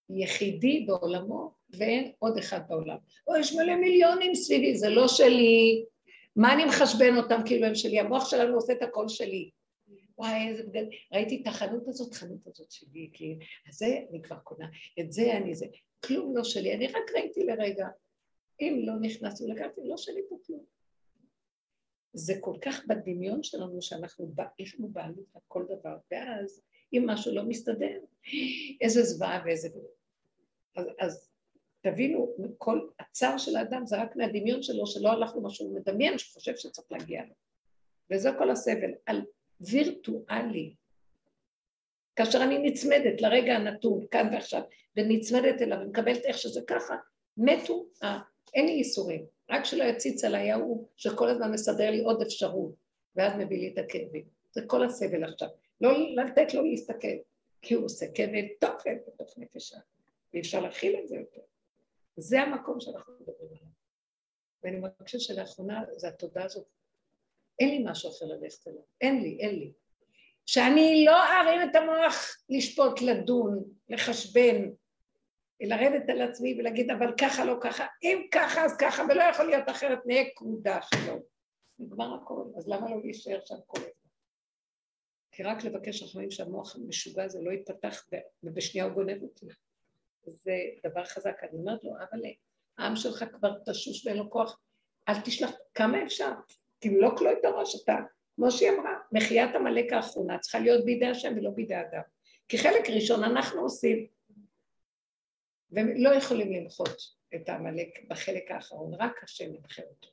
יחידי בעולמו, ואין עוד אחד בעולם. או, יש מלא מיליונים סביבי, זה לא שלי. מה אני מחשבן אותם כאילו הם שלי? המוח שלנו עושה את הכל שלי. וואי, איזה בגלל, ראיתי את החנות הזאת, חנות הזאת שלי, כי זה אני כבר קונה, את זה אני זה, כלום לא שלי, אני רק ראיתי לרגע, אם לא נכנסו לקחתי, לא שלי פה כלום. זה כל כך בדמיון שלנו, שאנחנו, יש לנו בעלות על כל דבר, ואז אם משהו לא מסתדר, איזה זוועה ואיזה... אז, אז תבינו, כל הצער של האדם זה רק מהדמיון שלו, שלא הלך לו משהו מדמיין, שחושב שצריך להגיע לו. וזה כל הסבל, על וירטואלי. כאשר אני נצמדת לרגע הנתון, כאן ועכשיו, ונצמדת אליו, ומקבלת איך שזה ככה, מתו, אה, אין לי ייסורים. רק שלא יציץ עליי ההוא, שכל הזמן מסדר לי עוד אפשרות, ואז מביא לי את הכאבים. זה כל הסבל עכשיו. לא לתת לו להסתכל, כי הוא עושה כאבים תוכן בתוך נפשה, ואי אפשר להכיל את זה יותר. זה המקום שאנחנו מדברים עליו. ואני מרגישה שלאחרונה, זה התודעה הזאת, אין לי משהו אחר ללכת אליו, אין לי, אין לי. שאני לא ארים את המוח לשפוט, לדון, לחשבן, לרדת על עצמי ולהגיד, אבל ככה לא ככה, אם ככה אז ככה, ולא יכול להיות אחרת, נהיה קרודה שלו. נגמר הכל, אז למה לא להישאר שם כל הזמן? כי רק לבקש רחמים שהמוח המשוגע הזה לא יתפתח, ובשנייה הוא גונב אותי. זה דבר חזק, אני אומרת לו, אבל העם שלך כבר תשוש ואין לו כוח, אל תשלח, כמה אפשר? תמלוק לו את הראש, אתה, כמו שהיא אמרה, מחיית המלאק האחרונה צריכה להיות בידי השם ולא בידי אדם. כי חלק ראשון אנחנו עושים, ולא יכולים למחות את המלאק בחלק האחרון, רק השם ימחה אותו.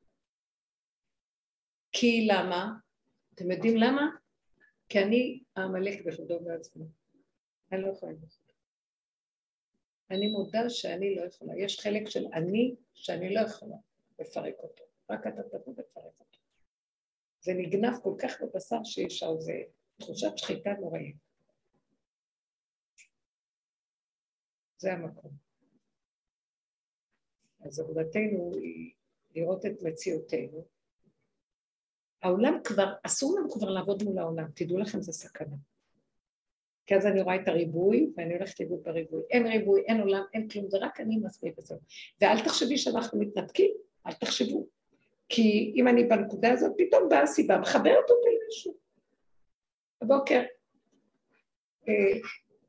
כי למה? אתם יודעים למה? כי אני המלאק בכבודו בעצמו. אני לא יכולה למחות. אני מודה שאני לא יכולה. יש חלק של אני שאני לא יכולה לפרק אותו. רק אתה תבוא לפרק אותו. זה נגנב כל כך בבשר שיש על זה תחושת שחיטה נוראית. זה המקום. אז עבודתנו היא לראות את מציאותנו. העולם כבר, אסור לנו כבר לעבוד מול העולם, תדעו לכם זה סכנה. כי אז אני רואה את הריבוי, ואני הולכת לבוא בריבוי. אין ריבוי, אין עולם, אין כלום, זה רק אני מסביב וזהו. ואל תחשבי שאנחנו מתנתקים, אל תחשבו. כי אם אני בנקודה הזאת, פתאום באה הסיבה, מחברת אותי למשהו. בבוקר, אה,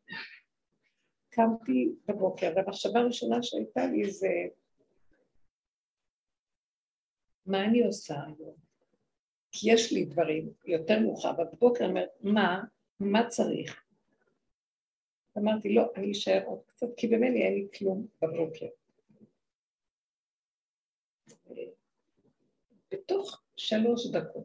קמתי בבוקר, והמחשבה הראשונה שהייתה לי זה, מה אני עושה היום? כי יש לי דברים יותר מאוחר, בבוקר אני אומרת, מה, מה צריך? אמרתי, לא, אני אשאר עוד קצת, כי במני אין לי כלום בבוקר. בתוך שלוש דקות,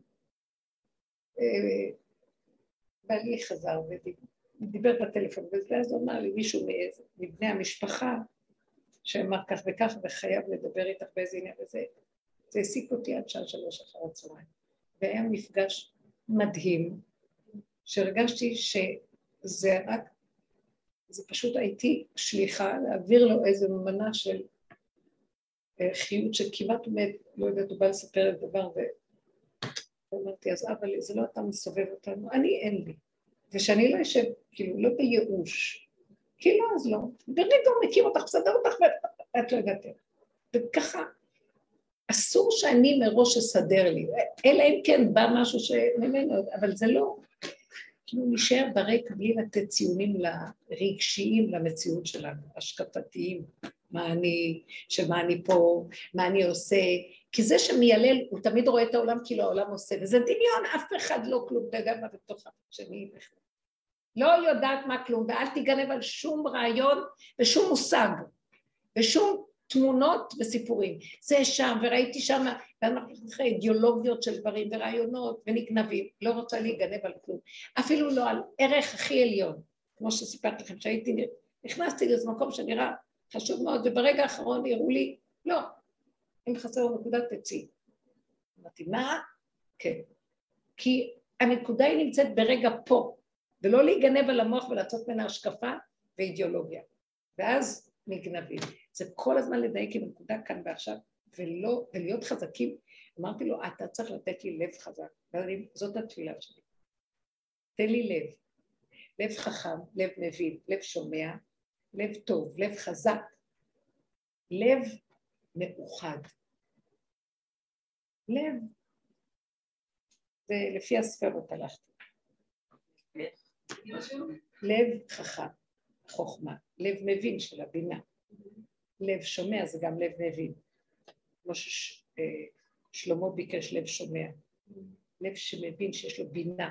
בעלי חזר ודיבר בטלפון, ואז הוא אמר לי מישהו מבני המשפחה, שאמר כך וכך וחייב לדבר איתך באיזה עניין, וזה זה העסיק אותי עד שעה שלוש אחר הצהריים. והיה מפגש מדהים, שהרגשתי שזה רק, זה פשוט הייתי שליחה להעביר לו איזו מנה של חיות שכמעט עומד, לא יודעת, הוא בא לספר את דבר, ואמרתי, אז אבל זה לא אתה מסובב אותנו, אני אין לי. ושאני לא אשב, כאילו, לא בייאוש, כי לא, אז לא. ברגע הוא מכיר אותך, בסדר אותך, ואת לא יודעת. וככה, אסור שאני מראש אסדר לי, אלא אם כן בא משהו שממנו, אבל זה לא. כאילו נשאר ברקע בלי לתת ציונים לרגשיים למציאות שלנו, השקפתיים, מה אני, שמה אני פה, מה אני עושה, כי זה שמיילל, הוא תמיד רואה את העולם כאילו העולם עושה, וזה דמיון, אף אחד לא כלום דגם בתוך השני בכלל. לא יודעת מה כלום, ואל תיגנב על שום רעיון ושום מושג, ושום תמונות וסיפורים. זה שם, וראיתי שם, ואנחנו אחרי אידיאולוגיות של דברים ורעיונות ונגנבים, לא רוצה להיגנב על כלום. אפילו לא על ערך הכי עליון, כמו שסיפרתי לכם, שהייתי, נכנסתי לאיזה מקום שנראה חשוב מאוד, וברגע האחרון יראו לי, לא, אם חסר נקודת תציא. אמרתי, מה? כן. כי הנקודה היא נמצאת ברגע פה, ולא להיגנב על המוח ולעשות ממנה השקפה ואידיאולוגיה. ואז נגנבים. זה כל הזמן לדייק עם הנקודה כאן ועכשיו, ולא, ולהיות חזקים. אמרתי לו, אתה צריך לתת לי לב חזק, זאת התפילה שלי. תן לי לב, לב חכם, לב מבין, לב שומע, לב טוב, לב חזק, לב מאוחד. לב, זה לפי הספרות הלכתי. לב חכם, חוכמה, לב מבין של הבינה. לב שומע זה גם לב מבין. כמו ששלמה ביקש לב שומע. לב שמבין שיש לו בינה.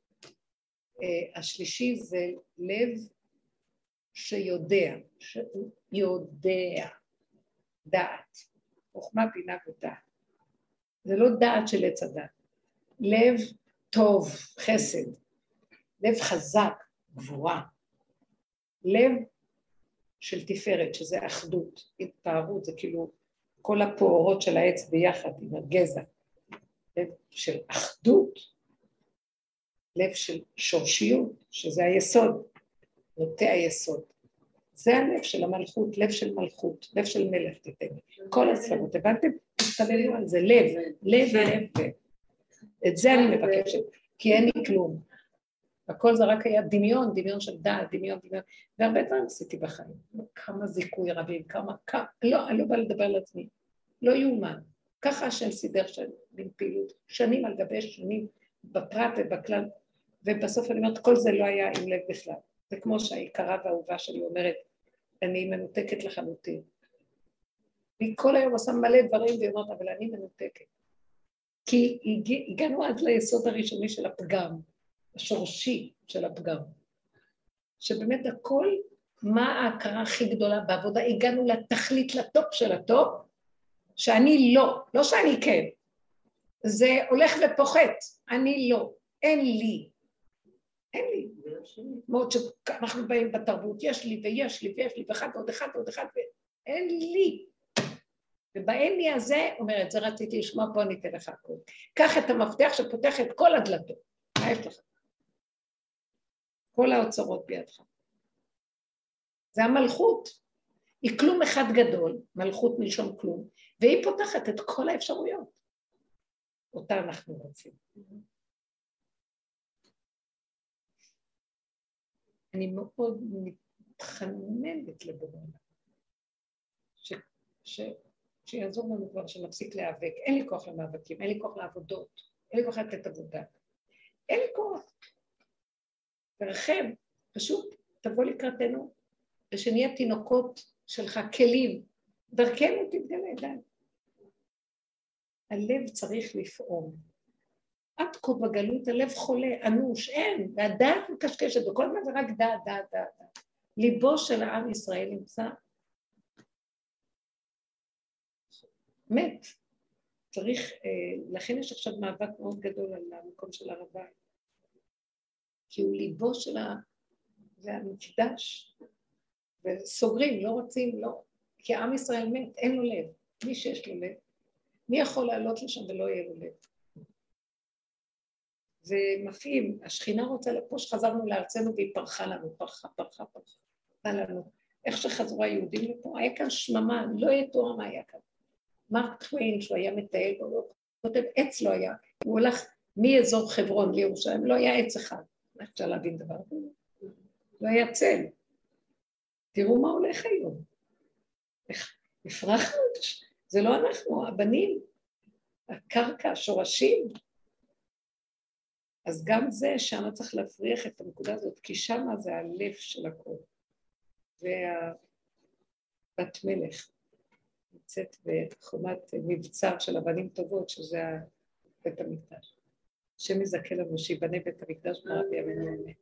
השלישי זה לב שיודע, שיודע, דעת. חוכמה, בינה ודעת. זה לא דעת של עץ הדעת. לב טוב, חסד. לב חזק, גבורה. לב של תפארת, שזה אחדות, התפארות, זה כאילו כל הפעורות של העץ ביחד עם הגזע. לב של אחדות, לב של שורשיות, שזה היסוד, נוטה היסוד. זה הלב של המלכות, לב של מלכות, לב של מלך תתן. כל הספרות, הבנתם? תסתללו על זה, לב, לב, לב, לב. את זה אני מבקשת, כי אין לי כלום. הכל זה רק היה דמיון, דמיון של דעת, דמיון, דמיון, והרבה דברים עשיתי בחיים. כמה זיכוי רבים, כמה, כמה, לא, אני לא באה לדבר על עצמי, לא יאומן. ככה השם סידר של פעילות, שנים על גבי שנים, בפרט ובכלל, ובסוף אני אומרת, כל זה לא היה עם לב בכלל. זה כמו שהעיקרה והאהובה שלי אומרת, אני מנותקת לחלוטין. היא כל היום עושה מלא דברים, והיא אומרת, אבל אני מנותקת. כי הגענו עד ליסוד הראשוני של הפגם, השורשי של הפגם. שבאמת הכל, מה ההכרה הכי גדולה בעבודה, הגענו לתכלית, לטופ של הטופ, שאני לא, לא שאני כן. זה הולך ופוחת, אני לא, אין לי. אין לי. מאוד שאנחנו באים בתרבות, יש לי ויש לי ויש לי, ואחד ועוד אחד ועוד אחד, ואין לי. ובאין לי הזה, אומרת, זה רציתי לשמוע פה, אני אתן לך הכל. קח את המפתח שפותח את כל הדלתות. מה יש לך? כל האוצרות בידך. זה המלכות. היא כלום אחד גדול, מלכות מלשון כלום, והיא פותחת את כל האפשרויות. אותה אנחנו רוצים. אני מאוד מתחננת לבורא, ש... ש... שיעזור לנו כבר שנפסיק להיאבק. אין לי כוח למאבקים, אין לי כוח לעבודות, אין לי כוח לתת עבודה. אין לי כוח. תרחם, פשוט תבוא לקראתנו, ושנהיה תינוקות שלך, כלים, דרכנו תתגלה די. הלב צריך לפעום. עד כה בגלות הלב חולה, אנוש, אין, והדעת מקשקשת, וכל מה זה רק דעת, דעת, דעת, דעת. ליבו של העם ישראל נמצא מת. צריך, לכן יש עכשיו מאבק מאוד גדול על המקום של הרבה. כי הוא ליבו של ה... זה המקדש. וסוגרים, לא רוצים, לא. כי העם ישראל מת, אין לו לב. מי שיש לו לב. מי יכול לעלות לשם ולא יהיה לו לב? זה מפעים, השכינה רוצה לפה שחזרנו לארצנו והיא פרחה לנו, פרחה, פרחה, פרחה. לנו. איך שחזרו היהודים לפה, היה כאן שממה, לא יתואר מה היה כאן. מרק טוויין, שהוא היה מטייל, הוא כותב, עץ לא היה, הוא הולך מאזור חברון לירושלים, לא היה עץ אחד. איך אפשר להבין דבר הזה? לא היה צל. תראו מה הולך היום. איך הפרחנו, זה לא אנחנו, הבנים, הקרקע, השורשים. אז גם זה שם צריך להפריח את הנקודה הזאת, כי שם זה הלב של הכל. והבת מלך נמצאת בחומת מבצר של הבנים טובות, שזה בית המקדש. השם יזכה לנו שיבנה בית המקדש ברב ימינו אמן.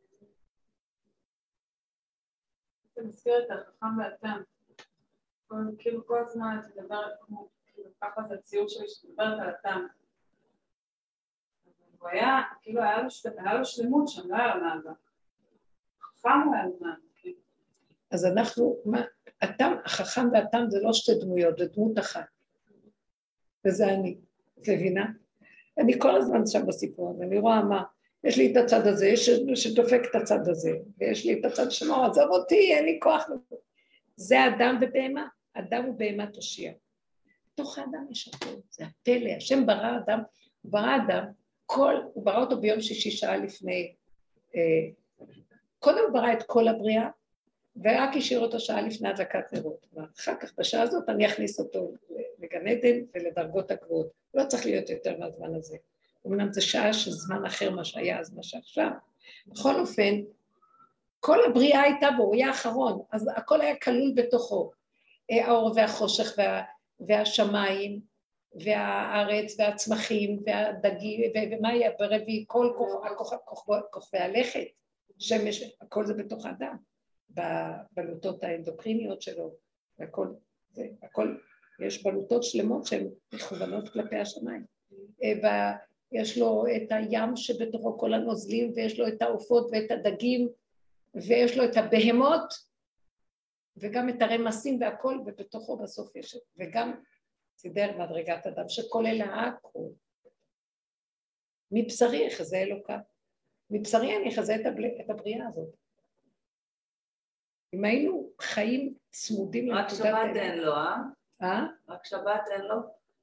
זה מזכיר את החכם והתם. כאילו כל הזמן את מדברת כמו, כאילו ככה זה הציור שלי שדברת על התם. הוא היה, כאילו היה לו שלמות שם, לא היה לו מאבק. חכם הוא היה לו מאבק. אז אנחנו, מה, התם, החכם והתם זה לא שתי דמויות, זה דמות אחת. וזה אני, את מבינה? אני כל הזמן שם בסיפור, ואני רואה מה, יש לי את הצד הזה, יש שדופק את הצד הזה, ויש לי את הצד שלו, עזוב אותי, אין לי כוח. זה אדם ובהמה, אדם ובהמה תושיע. בתוך האדם יש הכל, זה הפלא, השם ברא אדם, הוא ברא אדם, כל, הוא ברא אותו ביום שישי שעה לפני, אה, קודם הוא ברא את כל הבריאה, ורק השאיר אותו שעה לפני הדלקת נרות. ואחר כך בשעה הזאת אני אכניס אותו לגן עדן ולדרגות הגבוהות. לא צריך להיות יותר מהזמן הזה. אמנם זה שעה של זמן אחר מה שהיה אז מה שעכשיו. בכל אופן, כל הבריאה הייתה בו, הוא היה האחרון, אז הכל היה כלול בתוכו. האור והחושך וה, והשמיים והארץ והצמחים והדגים, ומה היה ברביעי, כל כוכבי הלכת, שמש, הכל זה בתוך האדם, בבלוטות האנדוקריניות שלו, והכל, זה, הכל, יש בלוטות שלמות שהן מכוונות כלפי השמיים. ויש לו את הים שבתוכו כל הנוזלים, ויש לו את העופות ואת הדגים, ויש לו את הבהמות, וגם את הרמסים והכל, ובתוכו בסוף יש, וגם סידר מדרגת אדם, שכולל הכל. מבשרי יחזה אלוקה. מבשרי אני אחזה את, הבל... את הבריאה הזאת. אם היינו חיים צמודים רק שבת אין לו, אה? אה? רק שבת אין לו?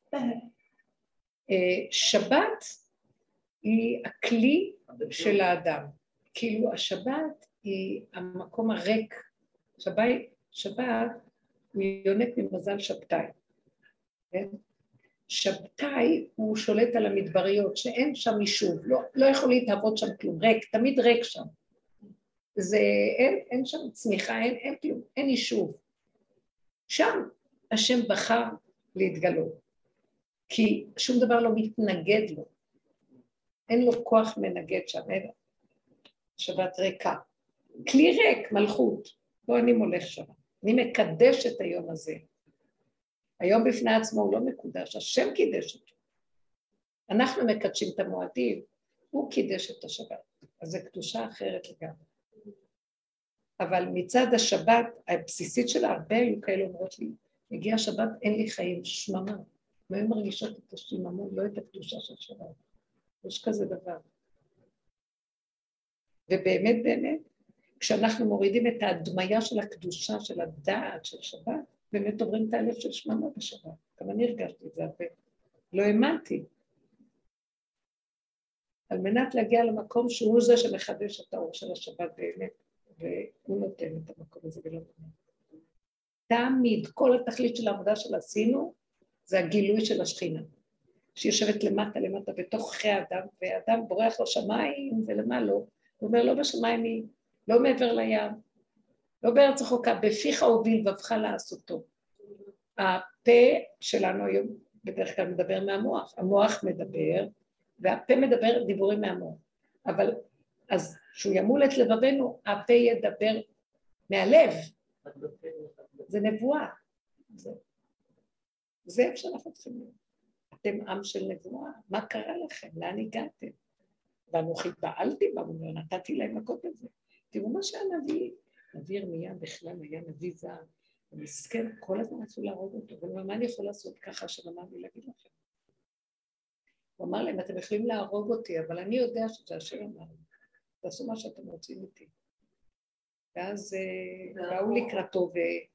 שבת היא הכלי של האדם. כאילו השבת היא המקום הריק. שבת, שבת היא יונק ממזל שבתאי. כן? שבתאי הוא שולט על המדבריות, שאין שם יישוב, לא, לא יכול להתהוות שם כלום, ריק, תמיד ריק שם. זה, אין, אין שם צמיחה, אין, אין כלום, אין יישוב. שם השם בחר להתגלות, כי שום דבר לא מתנגד לו. אין לו כוח מנגד שם, אין. שבת ריקה. כלי ריק, מלכות. לא אני מולך שם. אני מקדש את היום הזה. היום בפני עצמו הוא לא מקודש, השם קידש אותו. אנחנו מקדשים את המועדים, הוא קידש את השבת. אז זו קדושה אחרת לגמרי. אבל מצד השבת הבסיסית שלה, הרבה היו כאלה אומרות לי, הגיע השבת, אין לי חיים, שממה. והן מרגישות את השממון, לא את הקדושה של שבת. יש כזה דבר. ובאמת באמת, כשאנחנו מורידים את ההדמיה של הקדושה, של הדעת, של שבת, באמת עוברים תהליך של שממה בשבת. גם אני הרגשתי את זה הרבה. לא האמנתי. על מנת להגיע למקום שהוא זה שמחדש את האור של השבת באמת, והוא נותן את המקום הזה ולא נותן. תמיד, כל התכלית של העבודה של עשינו, זה הגילוי של השכינה. שיושבת למטה, למטה, בתוך חיי האדם, והאדם בורח לשמיים ולמה לא. הוא אומר, לא בשמיים היא, לא מעבר לים, לא בארץ רחוקה, בפיך ובלבבך לעשותו. הפה שלנו היום בדרך כלל מדבר מהמוח, המוח מדבר, והפה מדבר דיבורים מהמוח. אבל אז שהוא ימול את לבבנו, הפה ידבר מהלב. זה נבואה. זה, זה איפה שאנחנו צריכים להיות. אתם עם של נבואה, מה קרה לכם? לאן הגעתם? ואנוכי פעלתי בנו, נתתי להם מכות את זה. תראו מה שהנביא, נביא ירמיה בכלל היה נביא זעם, ומסכן, כל הזמן רצו להרוג אותו, אבל מה אני יכול לעשות ככה שנאמר לי להגיד לכם? הוא אמר להם, אתם יכולים להרוג אותי, אבל אני יודע שזה השם אמר לי, תעשו מה שאתם רוצים איתי. ואז באו לקראתו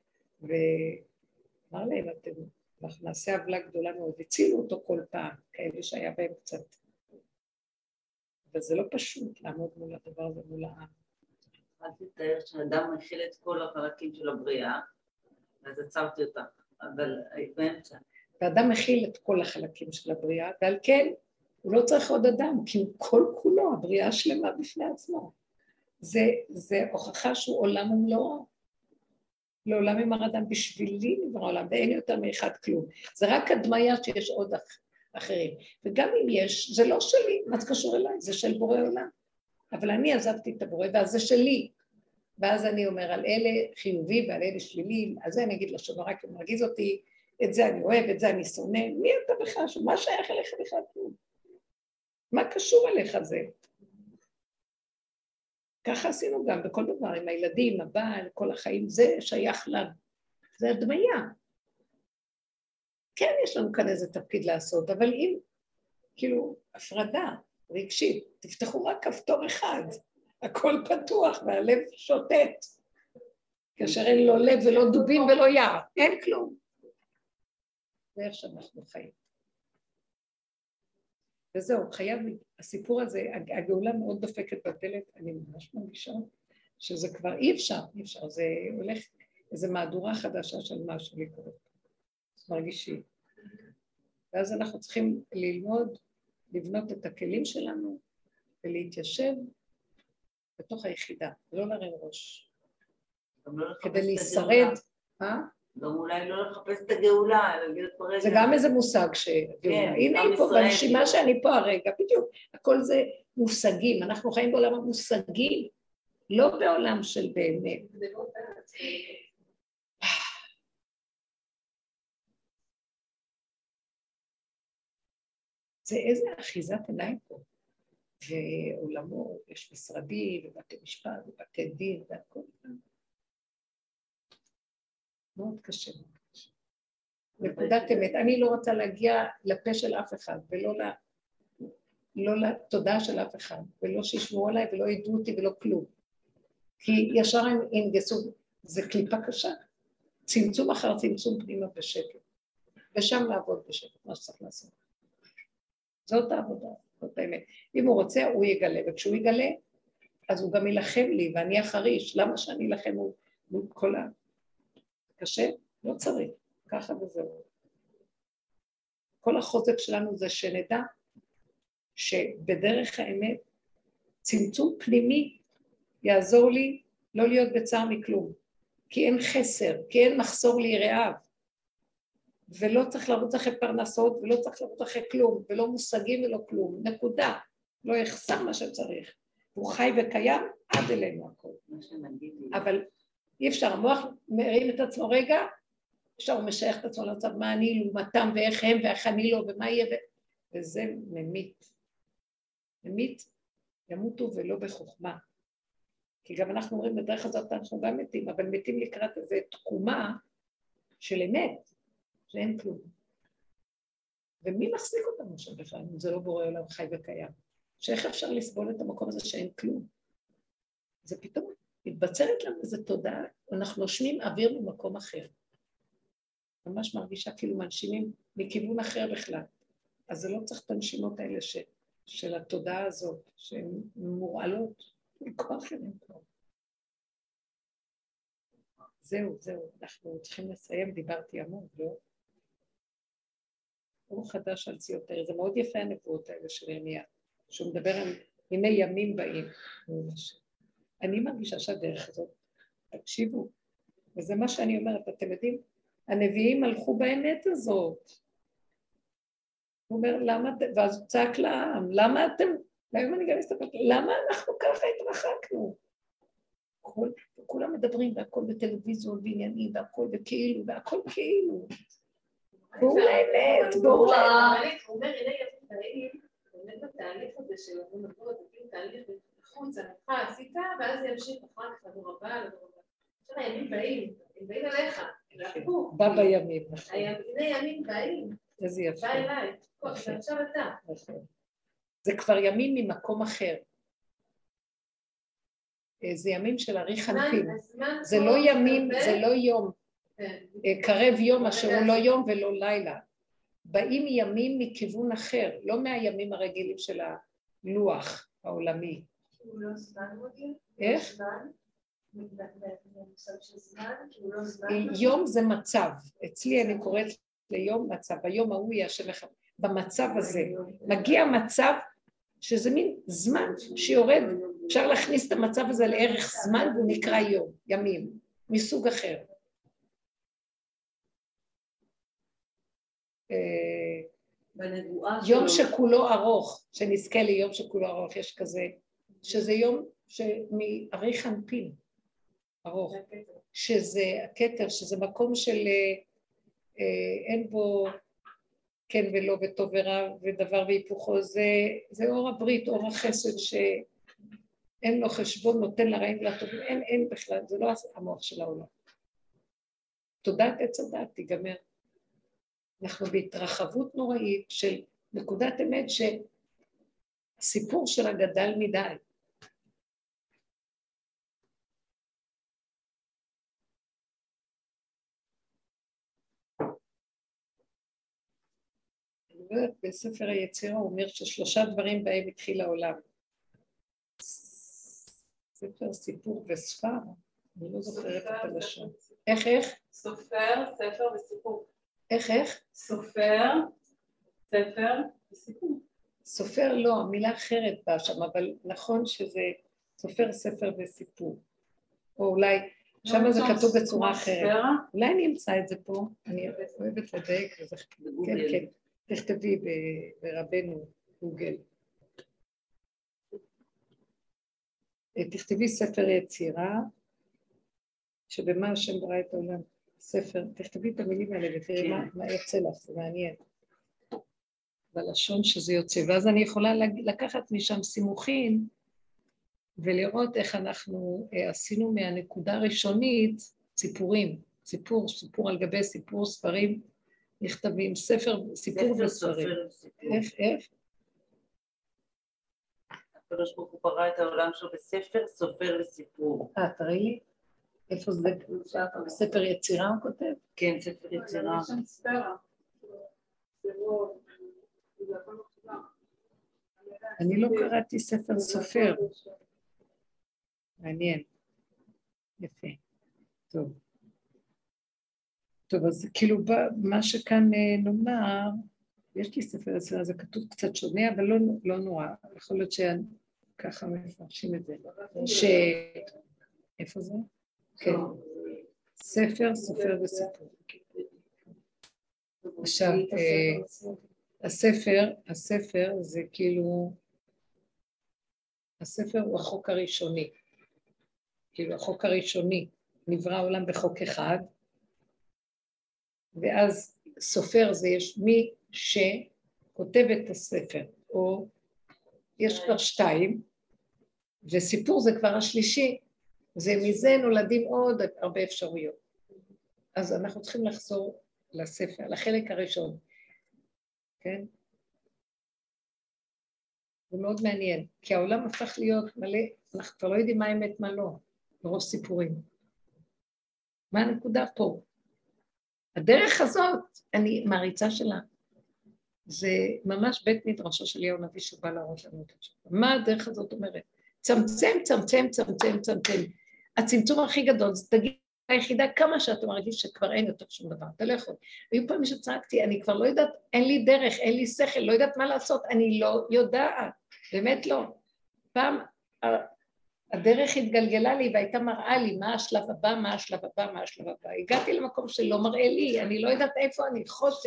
ואמר להם, אתם נעשה עוולה גדולה מאוד, הצילו אותו כל פעם, כאלה שהיה בהם קצת. וזה לא פשוט לעמוד מול הדבר הזה, מול העם. אל תתאר שאדם מכיל את כל החלקים של הבריאה, אז עצרתי אותך, אבל באמצע. ואדם מכיל את כל החלקים של הבריאה, ועל כן הוא לא צריך עוד אדם, כי הוא כל כולו, הבריאה שלמה בפני עצמו. זה, זה הוכחה שהוא עולם ומלואו. לעולם ימר אדם בשבילי נברא עולם, ואין יותר מאחד כלום. זה רק הדמיה שיש עוד אחרים. וגם אם יש, זה לא שלי, מה זה קשור אליי? זה של בורא עולם. אבל אני עזבתי את הבורא, ואז זה שלי. ואז אני אומר, על אלה חיובי ועל אלה שלילי, אז זה אני אגיד לשון הרע, כי הוא מרגיז אותי, את זה אני אוהב, את זה אני שונא. מי אתה בכלל? מה שייך אליך בכלל כלום? מה קשור אליך זה? ככה עשינו גם בכל דבר, עם הילדים, הבעל, כל החיים, זה שייך לנו. זה הדמיה. כן, יש לנו כאן איזה תפקיד לעשות, אבל אם, כאילו, הפרדה רגשית, תפתחו רק כפתור אחד, הכל פתוח והלב שוטט, כאשר אין לו לב ולא דובים ולא יער, אין כלום. זה איך שאנחנו חיים. וזהו, חייב, הסיפור הזה, הגאולה מאוד דופקת בדלת, אני ממש מרגישה, שזה כבר אי אפשר, אי אפשר, זה הולך, איזו מהדורה חדשה של משהו לקרות, מרגישים. ואז אנחנו צריכים ללמוד, לבנות את הכלים שלנו, ולהתיישב בתוך היחידה, ולא להרים ראש. כדי להישרד, אה? גם אולי לא לחפש את הגאולה, להגיד את הרגע. זה גם איזה מושג שגאולה. הנה היא פה, בנשימה שאני פה הרגע, בדיוק. הכל זה מושגים, אנחנו חיים בעולם המושגים, לא בעולם של באמת. זה איזה אחיזת עיניים פה. ועולמו, יש משרדים, ובתי משפט, ובתי דין, והכל. מאוד קשה. נקודת אמת. אני לא רוצה להגיע לפה של אף אחד, ולא לה, לא לתודעה של אף אחד, ולא שישמעו עליי, ולא ידעו אותי, ולא כלום. כי ישר הם ינגסו, זה קליפה קשה. צמצום אחר צמצום פנימה בשקט. ושם לעבוד בשקט, מה שצריך לעשות. זאת העבודה, זאת האמת. אם הוא רוצה, הוא יגלה, וכשהוא יגלה, אז הוא גם ילחם לי, ואני אחריש. למה שאני אלחם מול כל ה... קשה? לא צריך, ככה וזהו. כל החוזק שלנו זה שנדע שבדרך האמת צמצום פנימי יעזור לי לא להיות בצער מכלום, כי אין חסר, כי אין מחסור ליראיו, ולא צריך לרוץ אחרי פרנסות, ולא צריך לרוץ אחרי כלום, ולא מושגים ולא כלום, נקודה, לא יחסר מה שצריך. הוא חי וקיים עד אלינו הכל. אבל אי אפשר, המוח מרים את עצמו רגע, אפשר הוא משייך את עצמו למצב מה אני לעומתם ואיך הם ואיך אני לא ומה יהיה, ו... וזה ממית. ממית ימותו ולא בחוכמה. כי גם אנחנו אומרים בדרך הזאת אנחנו גם מתים, אבל מתים לקראת איזו תקומה של אמת, שאין כלום. ומי מחזיק אותנו שם בכלל, אם זה לא בורא עולם חי וקיים? שאיך אפשר לסבול את המקום הזה שאין כלום? זה פתאום מתבצרת לנו איזו תודעה, אנחנו נושמים אוויר ממקום אחר. ממש מרגישה כאילו מנשימים מכיוון אחר בכלל. אז זה לא צריך את הנשימות האלה ש, של התודעה הזאת, שהן מורעלות, מכוח אין פה. זהו, זהו, אנחנו צריכים לסיים, דיברתי המון, לא? אור חדש על ציותר, זה מאוד יפה הנבואות האלה של ירמיה, שהוא מדבר על הנה ימים באים. אני מרגישה שהדרך הזאת, תקשיבו, וזה מה שאני אומרת, אתם יודעים, הנביאים הלכו באמת הזאת. הוא אומר, למה, ואז הוא צעק לעם, למה אתם, והיום אני גם מסתכלת, למה אנחנו ככה התרחקנו? כל, כולם מדברים, והכל בטלוויזיון, בעניינים, והכל בכאילו, והכל כאילו. והוא לאמת, והוא לאמת. הוא אומר, הנה ימים באים, באמת בתהליך הזה של עבור נבור, זה כאילו תהליך בחוץ, הנחה עשית, ואז זה ימשיך אחר כך לדור הבא, לדור הבא. עכשיו הימים באים, הם באים אליך, להפוך. בא בימים. הנה ימים באים. איזה יפה. בא אליי, ועכשיו אתה. זה כבר ימים ממקום אחר. זה ימים של אריך אנפין. זה לא ימים, זה לא יום. קרב יום אשר הוא לא יום ולא לילה. באים ימים מכיוון אחר, לא מהימים הרגילים של הלוח העולמי. הוא לא זמן מודיע? איך? לא יום זה מצב. אצלי אני קוראת ליום מצב. ביום ההוא ישב לך. במצב הזה מגיע מצב שזה מין זמן שיורד. אפשר להכניס את המצב הזה לערך זמן והוא נקרא יום, ימים, מסוג אחר. יום שכולו ארוך, שנזכה ליום שכולו ארוך, יש כזה, שזה יום מאריך אנפין, ארוך, שזה הכתר, שזה מקום של אין בו כן ולא וטוב ורע ודבר והיפוכו, זה, זה אור הברית, אור החסד שאין לו חשבון, נותן לרעים ולטובים, אין, אין בכלל, זה לא המוח של העולם. תודעת עץ הדעת תיגמר. אנחנו בהתרחבות נוראית של נקודת אמת שהסיפור שלה גדל מדי. בספר היצירה הוא אומר ששלושה דברים בהם התחיל העולם. ספר, סיפור וספר, אני לא זוכרת את הלשון. איך, איך? סופר, ספר וסיפור. איך, איך? סופר, ספר וסיפור. סופר לא, המילה אחרת באה שם, אבל נכון שזה סופר, ספר וסיפור. או אולי, שם זה כתוב בצורה אחרת. אולי אני אמצא את זה פה, אני אוהבת לדייק, כן, כן, תכתבי ברבנו גוגל. תכתבי ספר יצירה, שבמה השם ברא את העולם, ספר, תכתבי את המילים האלה ותראי מה, מה יוצא לך, זה מעניין. בלשון שזה יוצא, ואז אני יכולה לקחת משם סימוכין, ולראות איך אנחנו עשינו מהנקודה הראשונית סיפורים, סיפור, סיפור על גבי סיפור, ספרים, נכתבים, ספר, סיפור וספרים. איך, איך? הקדוש ברוך הוא ברא את העולם שלו בספר, סופר וסיפור. אה, תראי לי, איפה זה? ספר יצירה הוא כותב? כן, ספר יצירה. אני לא קראתי ספר סופר. מעניין. יפה. טוב. טוב, אז כאילו מה שכאן נאמר, יש לי ספר יצירה, זה כתוב קצת שונה, אבל לא, לא נורא. יכול להיות שככה מפרשים את זה. ש... איפה זה? כן. ספר, סופר וסיפור. עכשיו, הספר, הספר זה כאילו, הספר הוא החוק הראשוני. כאילו החוק הראשוני, נברא העולם בחוק אחד, ואז סופר זה יש מי שכותב את הספר, או יש כבר שתיים, וסיפור זה כבר השלישי, זה מזה נולדים עוד הרבה אפשרויות. אז אנחנו צריכים לחזור לספר, לחלק הראשון, כן? זה מאוד מעניין, כי העולם הפך להיות מלא, אנחנו כבר לא יודעים מה האמת, מה לא, ברוב סיפורים. מה הנקודה פה? הדרך הזאת, אני מעריצה שלה, זה ממש בית מדרשו של אליהו הנביא שבא להראות לנו את התשובה. מה הדרך הזאת אומרת? צמצם, צמצם, צמצם, צמצם. הצמצום הכי גדול, זה תגיד היחידה כמה שאתה מרגיש שכבר אין יותר שום דבר, אתה לא יכול. היו פעמים שצעקתי, אני כבר לא יודעת, אין לי דרך, אין לי שכל, לא יודעת מה לעשות, אני לא יודעת, באמת לא. פעם הדרך התגלגלה לי והייתה מראה לי מה השלב הבא, מה השלב הבא, מה השלב הבא. הגעתי למקום שלא מראה לי, אני לא יודעת איפה אני, חושך.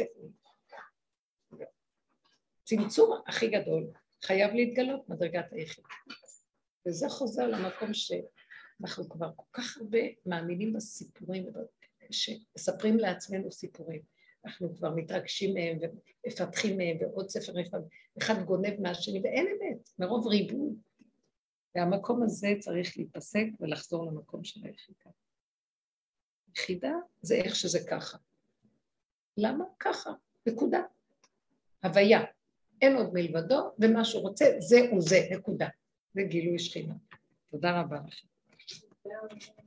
צמצום הכי גדול חייב להתגלות מדרגת היחידה. וזה חוזר למקום שאנחנו כבר כל כך הרבה מאמינים בסיפורים, שמספרים לעצמנו סיפורים. אנחנו כבר מתרגשים מהם ומפתחים מהם ועוד ספר אחד גונב מהשני, ואין אמת, מרוב ריבוי. והמקום הזה צריך להיפסק ולחזור למקום של היחידה. יחידה זה איך שזה ככה. למה? ככה, נקודה. הוויה, אין עוד מלבדו, ומה שהוא רוצה, זה הוא זה, נקודה. זה גילוי שכינה. תודה רבה לכם.